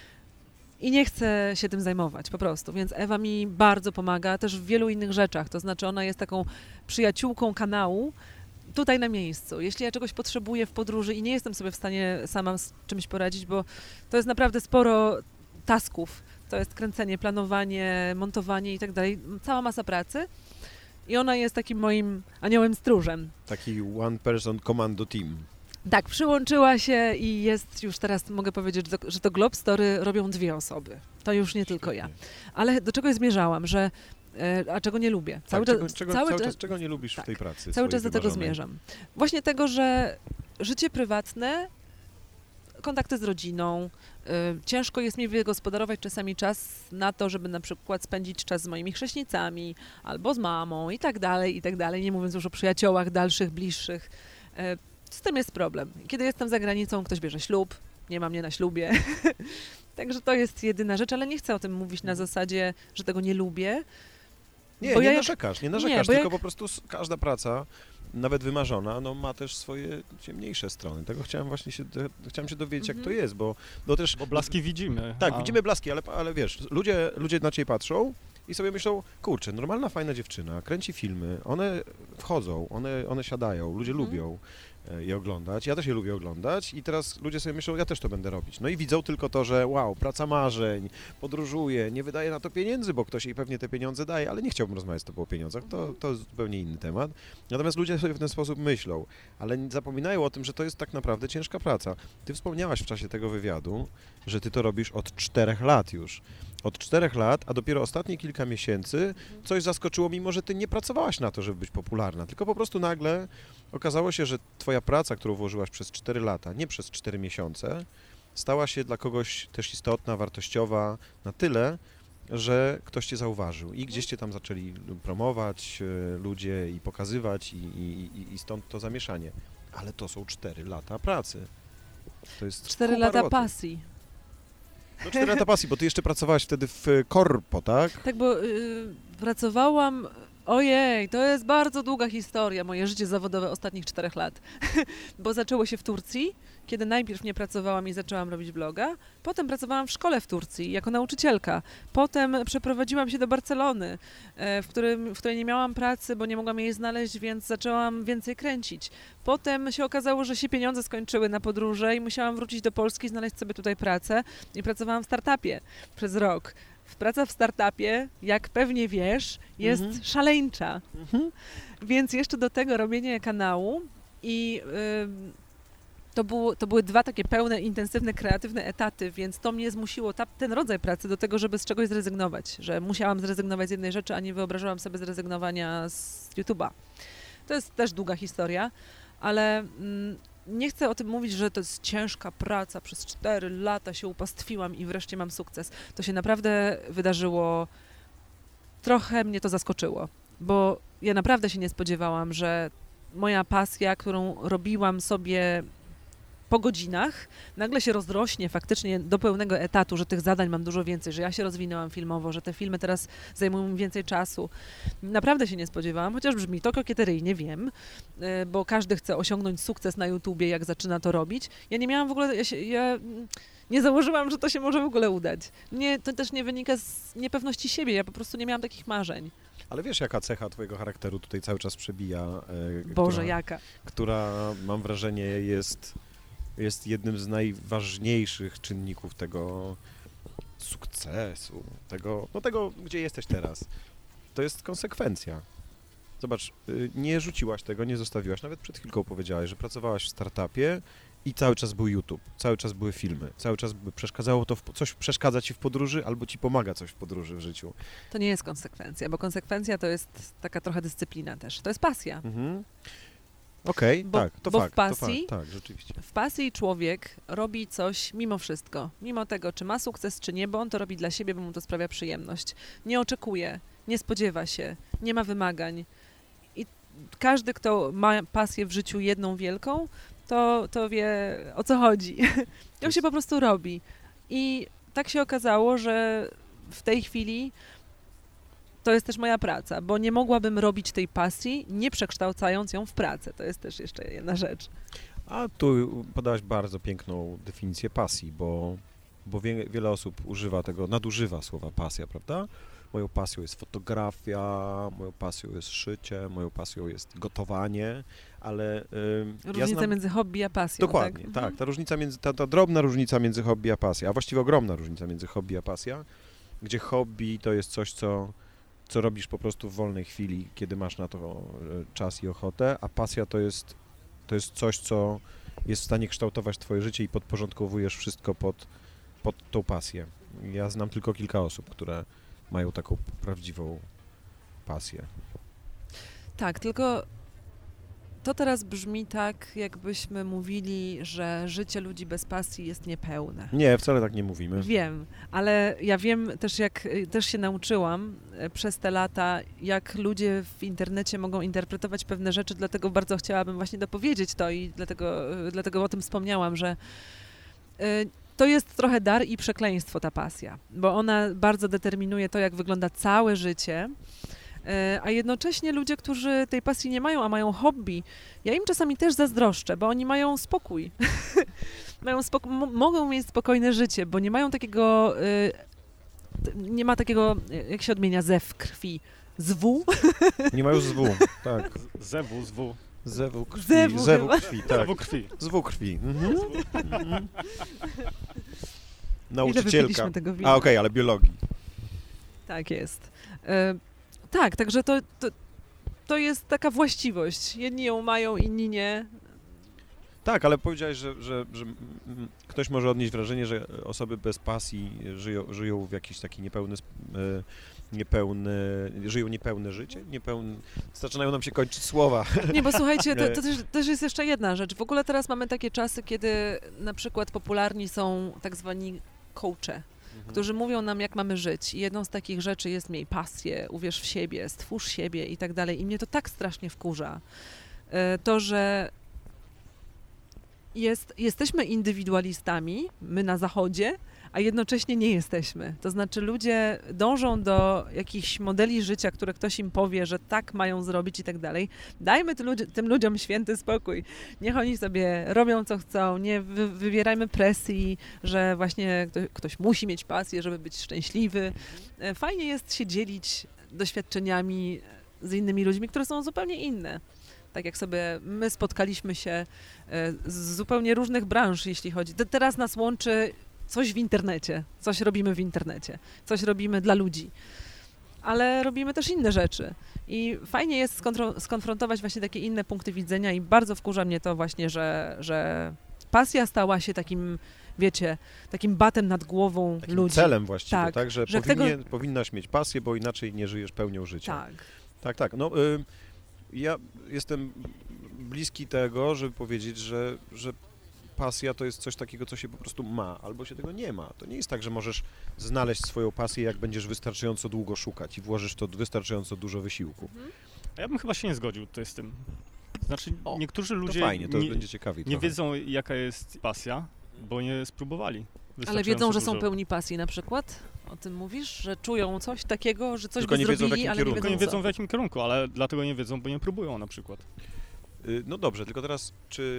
I nie chcę się tym zajmować po prostu, więc Ewa mi bardzo pomaga też w wielu innych rzeczach, to znaczy ona jest taką przyjaciółką kanału tutaj na miejscu. Jeśli ja czegoś potrzebuję w podróży i nie jestem sobie w stanie sama z czymś poradzić, bo to jest naprawdę sporo tasków, to jest kręcenie, planowanie, montowanie i tak dalej, cała masa pracy i ona jest takim moim aniołem stróżem. Taki one person commando team. Tak, przyłączyła się i jest już teraz, mogę powiedzieć, że to Globe Story robią 2 osoby. To już nie tylko ja. Ale do czego zmierzałam, że a czego nie lubię. Cały czas czego nie lubisz w tej pracy? Cały czas do tego zmierzam. Właśnie tego, że życie prywatne, kontakty z rodziną, ciężko jest mi wygospodarować czasami czas na to, żeby na przykład spędzić czas z moimi chrześnicami albo z mamą i tak dalej, nie mówiąc już o przyjaciołach dalszych, bliższych. Z tym jest problem. Kiedy jestem za granicą, ktoś bierze ślub, nie ma mnie na ślubie. Także to jest jedyna rzecz, ale nie chcę o tym mówić na zasadzie, że tego nie lubię. Nie narzekasz, tylko po prostu każda praca, nawet wymarzona, no ma też swoje ciemniejsze strony. Tego chciałem się dowiedzieć, jak to jest, bo też... Bo blaski widzimy. Tak, widzimy blaski, ale wiesz, ludzie na ciebie patrzą i sobie myślą, kurczę, normalna, fajna dziewczyna, kręci filmy, one wchodzą, one siadają, ludzie lubią je oglądać, ja też je lubię oglądać i teraz ludzie sobie myślą, ja też to będę robić. No i widzą tylko to, że wow, praca marzeń, podróżuje, nie wydaje na to pieniędzy, bo ktoś jej pewnie te pieniądze daje, ale nie chciałbym rozmawiać z tobą o pieniądzach, to jest zupełnie inny temat. Natomiast ludzie sobie w ten sposób myślą, ale zapominają o tym, że to jest tak naprawdę ciężka praca. Ty wspomniałaś w czasie tego wywiadu, że ty to robisz od 4 lat już. Od 4 lat, a dopiero ostatnie kilka miesięcy coś zaskoczyło, mimo że ty nie pracowałaś na to, żeby być popularna, tylko po prostu nagle okazało się, że twoja praca, którą włożyłaś przez 4 lata, nie przez 4 miesiące, stała się dla kogoś też istotna, wartościowa na tyle, że ktoś cię zauważył i gdzieś cię tam zaczęli promować ludzie i pokazywać i stąd to zamieszanie. Ale to są 4 lata pracy. To jest 4 lata pasji. No 4 lata pasji, bo ty jeszcze pracowałaś wtedy w korpo, tak? Tak, bo pracowałam... Ojej, to jest bardzo długa historia, moje życie zawodowe ostatnich 4 lat. Bo zaczęło się w Turcji, kiedy najpierw nie pracowałam i zaczęłam robić bloga. Potem pracowałam w szkole w Turcji jako nauczycielka. Potem przeprowadziłam się do Barcelony, w której nie miałam pracy, bo nie mogłam jej znaleźć, więc zaczęłam więcej kręcić. Potem się okazało, że się pieniądze skończyły na podróże i musiałam wrócić do Polski i znaleźć sobie tutaj pracę. I pracowałam w startupie przez rok. Praca w startupie, jak pewnie wiesz, jest szaleńcza. Więc jeszcze do tego robienie kanału i to były 2 takie pełne, intensywne, kreatywne etaty, więc to mnie zmusiło, ten rodzaj pracy do tego, żeby z czegoś zrezygnować, że musiałam zrezygnować z jednej rzeczy, a nie wyobrażałam sobie zrezygnowania z YouTube'a. To jest też długa historia, ale nie chcę o tym mówić, że to jest ciężka praca, przez 4 lata się upastwiłam i wreszcie mam sukces. To się naprawdę wydarzyło, trochę mnie to zaskoczyło, bo ja naprawdę się nie spodziewałam, że moja pasja, którą robiłam sobie po godzinach, nagle się rozrośnie faktycznie do pełnego etatu, że tych zadań mam dużo więcej, że ja się rozwinęłam filmowo, że te filmy teraz zajmują mi więcej czasu. Naprawdę się nie spodziewałam, chociaż brzmi to kokieteryjnie, wiem, bo każdy chce osiągnąć sukces na YouTubie, jak zaczyna to robić. Ja nie miałam w ogóle, ja nie założyłam, że to się może w ogóle udać. To też nie wynika z niepewności siebie, ja po prostu nie miałam takich marzeń. Ale wiesz, jaka cecha twojego charakteru tutaj cały czas przebija? Boże, jaka? Która, mam wrażenie, jest jednym z najważniejszych czynników tego sukcesu, tego, gdzie jesteś teraz. to jest konsekwencja. Zobacz, nie rzuciłaś tego, nie zostawiłaś. Nawet przed chwilką powiedziałaś, że pracowałaś w startupie i cały czas był YouTube, cały czas były filmy, cały czas przeszkadzało to, coś przeszkadza ci w podróży albo ci pomaga coś w podróży w życiu. To nie jest konsekwencja, bo konsekwencja to jest taka trochę dyscyplina też. To jest pasja. Okej, tak, to bo fakt. w pasji, to fakt, tak, rzeczywiście. W pasji człowiek robi coś mimo wszystko. Mimo tego, czy ma sukces, czy nie, bo on to robi dla siebie, bo mu to sprawia przyjemność. Nie oczekuje, nie spodziewa się, nie ma wymagań. I każdy, kto ma pasję w życiu jedną wielką, to wie, o co chodzi. I on się po prostu robi. I tak się okazało, że w tej chwili to jest też moja praca, bo nie mogłabym robić tej pasji, nie przekształcając ją w pracę. To jest też jeszcze jedna rzecz. A tu podałaś bardzo piękną definicję pasji, bo wiele osób nadużywa słowa pasja, prawda? Moją pasją jest fotografia, moją pasją jest szycie, moją pasją jest gotowanie, ale Różnica między hobby a pasją, dokładnie, tak. Ta drobna różnica między hobby a pasją, a właściwie ogromna różnica między hobby a pasja, gdzie hobby to jest coś, co robisz po prostu w wolnej chwili, kiedy masz na to czas i ochotę, a pasja to jest coś, co jest w stanie kształtować twoje życie i podporządkowujesz wszystko pod tą pasję. Ja znam tylko kilka osób, które mają taką prawdziwą pasję. Tak, tylko to teraz brzmi tak, jakbyśmy mówili, że życie ludzi bez pasji jest niepełne. Nie, wcale tak nie mówimy. Wiem, ale ja wiem też się nauczyłam przez te lata, jak ludzie w internecie mogą interpretować pewne rzeczy, dlatego bardzo chciałabym właśnie dopowiedzieć to i dlatego o tym wspomniałam, że to jest trochę dar i przekleństwo ta pasja, bo ona bardzo determinuje to, jak wygląda całe życie, a jednocześnie ludzie, którzy tej pasji nie mają, a mają hobby, ja im czasami też zazdroszczę, bo oni mają spokój. Mogą mieć spokojne życie, bo nie mają takiego, nie ma takiego, jak się odmienia, zew krwi, zwu? Nie mają zwu, tak. Zewu, zwu. Zewu krwi, tak. Zewu krwi. Zwu krwi. Ile Nauczycielka. wypiliśmy tego wina? Okej, ale biologii. Tak jest. Tak, także to jest taka właściwość. Jedni ją mają, inni nie. Tak, ale powiedziałeś, że ktoś może odnieść wrażenie, że osoby bez pasji żyją w jakiś taki żyją niepełne życie, zaczynają nam się kończyć słowa. Nie, bo słuchajcie, to też jest jeszcze jedna rzecz. W ogóle teraz mamy takie czasy, kiedy na przykład popularni są tak zwani coache, którzy mówią nam, jak mamy żyć. I jedną z takich rzeczy jest miej pasję, uwierz w siebie, stwórz siebie i tak dalej. I mnie to tak strasznie wkurza. To, że jesteśmy indywidualistami, my na zachodzie, a jednocześnie nie jesteśmy. To znaczy ludzie dążą do jakichś modeli życia, które ktoś im powie, że tak mają zrobić i tak dalej. Dajmy tym ludziom święty spokój. Niech oni sobie robią, co chcą. Nie wywierajmy presji, że właśnie ktoś musi mieć pasję, żeby być szczęśliwy. Fajnie jest się dzielić doświadczeniami z innymi ludźmi, które są zupełnie inne. Tak jak sobie my spotkaliśmy się z zupełnie różnych branż, jeśli chodzi. Teraz nas łączy coś w internecie, coś robimy w internecie, coś robimy dla ludzi, ale robimy też inne rzeczy. I fajnie jest skonfrontować właśnie takie inne punkty widzenia i bardzo wkurza mnie to właśnie, że pasja stała się takim, wiecie, takim batem nad głową takim ludzi. Celem właściwie, tak? Że powinnaś mieć pasję, bo inaczej nie żyjesz pełnią życia. Tak. No, ja jestem bliski tego, żeby powiedzieć, że pasja to jest coś takiego, co się po prostu ma, albo się tego nie ma. To nie jest tak, że możesz znaleźć swoją pasję, jak będziesz wystarczająco długo szukać i włożysz w to wystarczająco dużo wysiłku. A ja bym chyba się nie zgodził tutaj z tym. Znaczy, niektórzy ludzie to fajnie, to będzie ciekawiej nie wiedzą, jaka jest pasja, bo nie spróbowali. Ale wiedzą, że są pełni pasji na przykład? O tym mówisz, że czują coś takiego, że coś tylko by zrobili, ale nie wiedzą w jakim kierunku, ale dlatego nie wiedzą, bo nie próbują na przykład. No dobrze, tylko teraz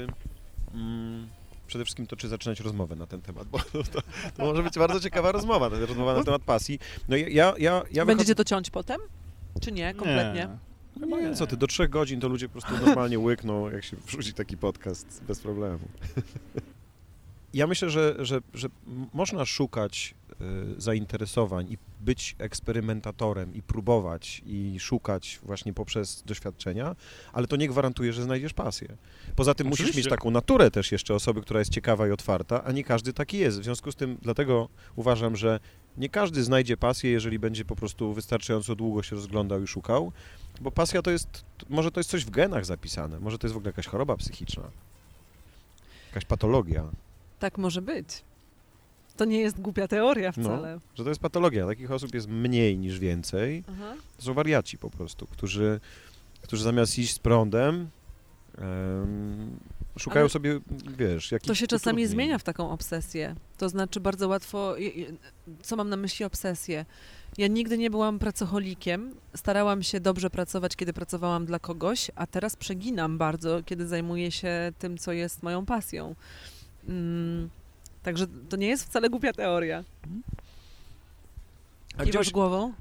przede wszystkim czy zaczynać rozmowę na ten temat, bo to może być bardzo ciekawa rozmowa na temat pasji. No Będziecie to ciąć potem? Czy nie? Kompletnie? Nie, co ty, do 3 godzin to ludzie po prostu normalnie łykną, jak się wrzuci taki podcast bez problemu. Ja myślę, że można szukać zainteresowań i być eksperymentatorem i próbować i szukać właśnie poprzez doświadczenia, ale to nie gwarantuje, że znajdziesz pasję. Poza tym musisz mieć taką naturę też jeszcze osoby, która jest ciekawa i otwarta, a nie każdy taki jest. W związku z tym dlatego uważam, że nie każdy znajdzie pasję, jeżeli będzie po prostu wystarczająco długo się rozglądał i szukał, bo pasja to jest, może to jest coś w genach zapisane, może to jest w ogóle jakaś choroba psychiczna, jakaś patologia. Tak może być. To nie jest głupia teoria wcale. No, że to jest patologia. Takich osób jest mniej niż więcej. Aha. To są wariaci po prostu, którzy zamiast iść z prądem, szukają Ale sobie, wiesz, jakichś to się czasami utrudnień. zmienia w taką obsesję. To znaczy bardzo łatwo, co mam na myśli obsesję? Ja nigdy nie byłam pracocholikiem, starałam się dobrze pracować, kiedy pracowałam dla kogoś, a teraz przeginam bardzo, kiedy zajmuję się tym, co jest moją pasją. Także to nie jest wcale głupia teoria. A Kiwasz gdzieś... głową?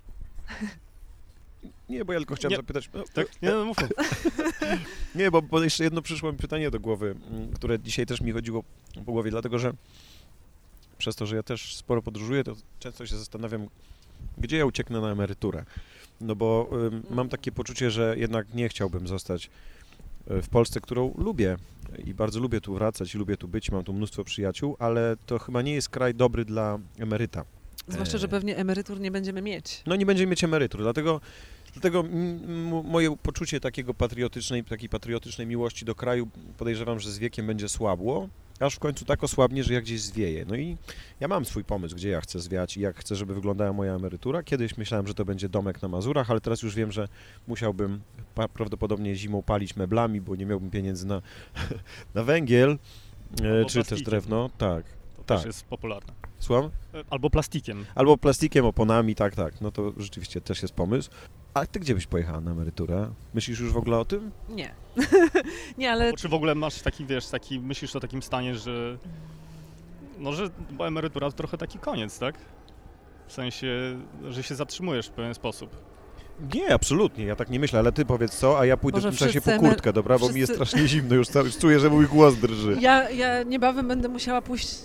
Nie, bo ja tylko chciałem Nie. zapytać... No, Tak? Nie, no mów. Nie, bo jeszcze jedno przyszło mi pytanie do głowy, które dzisiaj też mi chodziło po głowie, dlatego że przez to, że ja też sporo podróżuję, to często się zastanawiam, gdzie ja ucieknę na emeryturę. No bo mam takie poczucie, że jednak nie chciałbym zostać w Polsce, którą lubię i bardzo lubię tu wracać i lubię tu być, mam tu mnóstwo przyjaciół, ale to chyba nie jest kraj dobry dla emeryta. Zwłaszcza, że pewnie emerytur nie będziemy mieć. No nie będziemy mieć emerytur, dlatego moje poczucie takiej patriotycznej miłości do kraju podejrzewam, że z wiekiem będzie słabło, aż w końcu tak osłabnie, że ja gdzieś zwieję. No i ja mam swój pomysł, gdzie ja chcę zwiać i jak chcę, żeby wyglądała moja emerytura. Kiedyś myślałem, że to będzie domek na Mazurach, ale teraz już wiem, że musiałbym prawdopodobnie zimą palić meblami, bo nie miałbym pieniędzy na węgiel, czy też plastikiem. drewno. Tak, To tak. też jest popularne. Słucham? Albo plastikiem. Albo plastikiem, oponami, tak, no to rzeczywiście też jest pomysł. A ty gdzie byś pojechała na emeryturę? Myślisz już w ogóle o tym? Nie. Nie, ale Bo czy w ogóle masz taki, wiesz, myślisz o takim stanie, że bo emerytura to trochę taki koniec, tak? W sensie, że się zatrzymujesz w pewien sposób. Nie, absolutnie, ja tak nie myślę, ale ty powiedz co, a ja pójdę Boże, w tym czasie po wszyscy kurtkę, dobra, bo mi jest wszyscy- strasznie zimno, już czuję, że mój głos drży. ja niebawem będę musiała pójść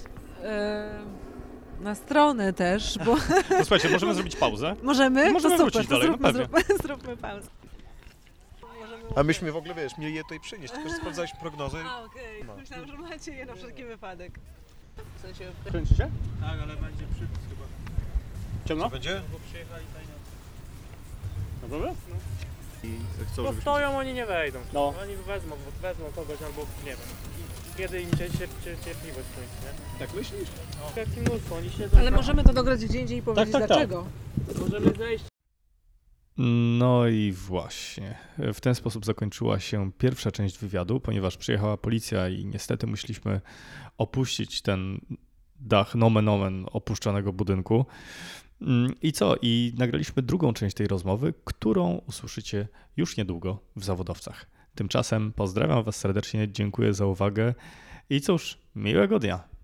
na stronę też, bo To słuchajcie, możemy zrobić pauzę. możemy? Możemy To super, wrócić dalej, no zróbmy pauzę. A myśmy w ogóle, wiesz, mieli je tutaj przynieść, tylko że sprawdzaliśmy prognozę. A, okej. No. Myślałam, że macie je na wszelki wypadek. W sensie... Kręci się? Tak, ale będzie przypis chyba. Ciemno? Co będzie? Bo przyjechali tajno. Naprawdę? I chcą, Bo żebyśmy... stoją, oni nie wejdą. No. Oni wezmą kogoś albo nie wiem. I kiedy im cierpliwość kończy, nie? Tak myślisz? Jak ci mnóstwo, oni siedzą. Ale możemy to dograć gdzie indziej i powiedzieć tak. dlaczego. Możemy zejść. No i właśnie. W ten sposób zakończyła się pierwsza część wywiadu, ponieważ przyjechała policja i niestety musieliśmy opuścić ten dach nomen omen opuszczonego budynku. I co? I nagraliśmy drugą część tej rozmowy, którą usłyszycie już niedługo w Zawodowcach. Tymczasem pozdrawiam Was serdecznie, dziękuję za uwagę i cóż, miłego dnia.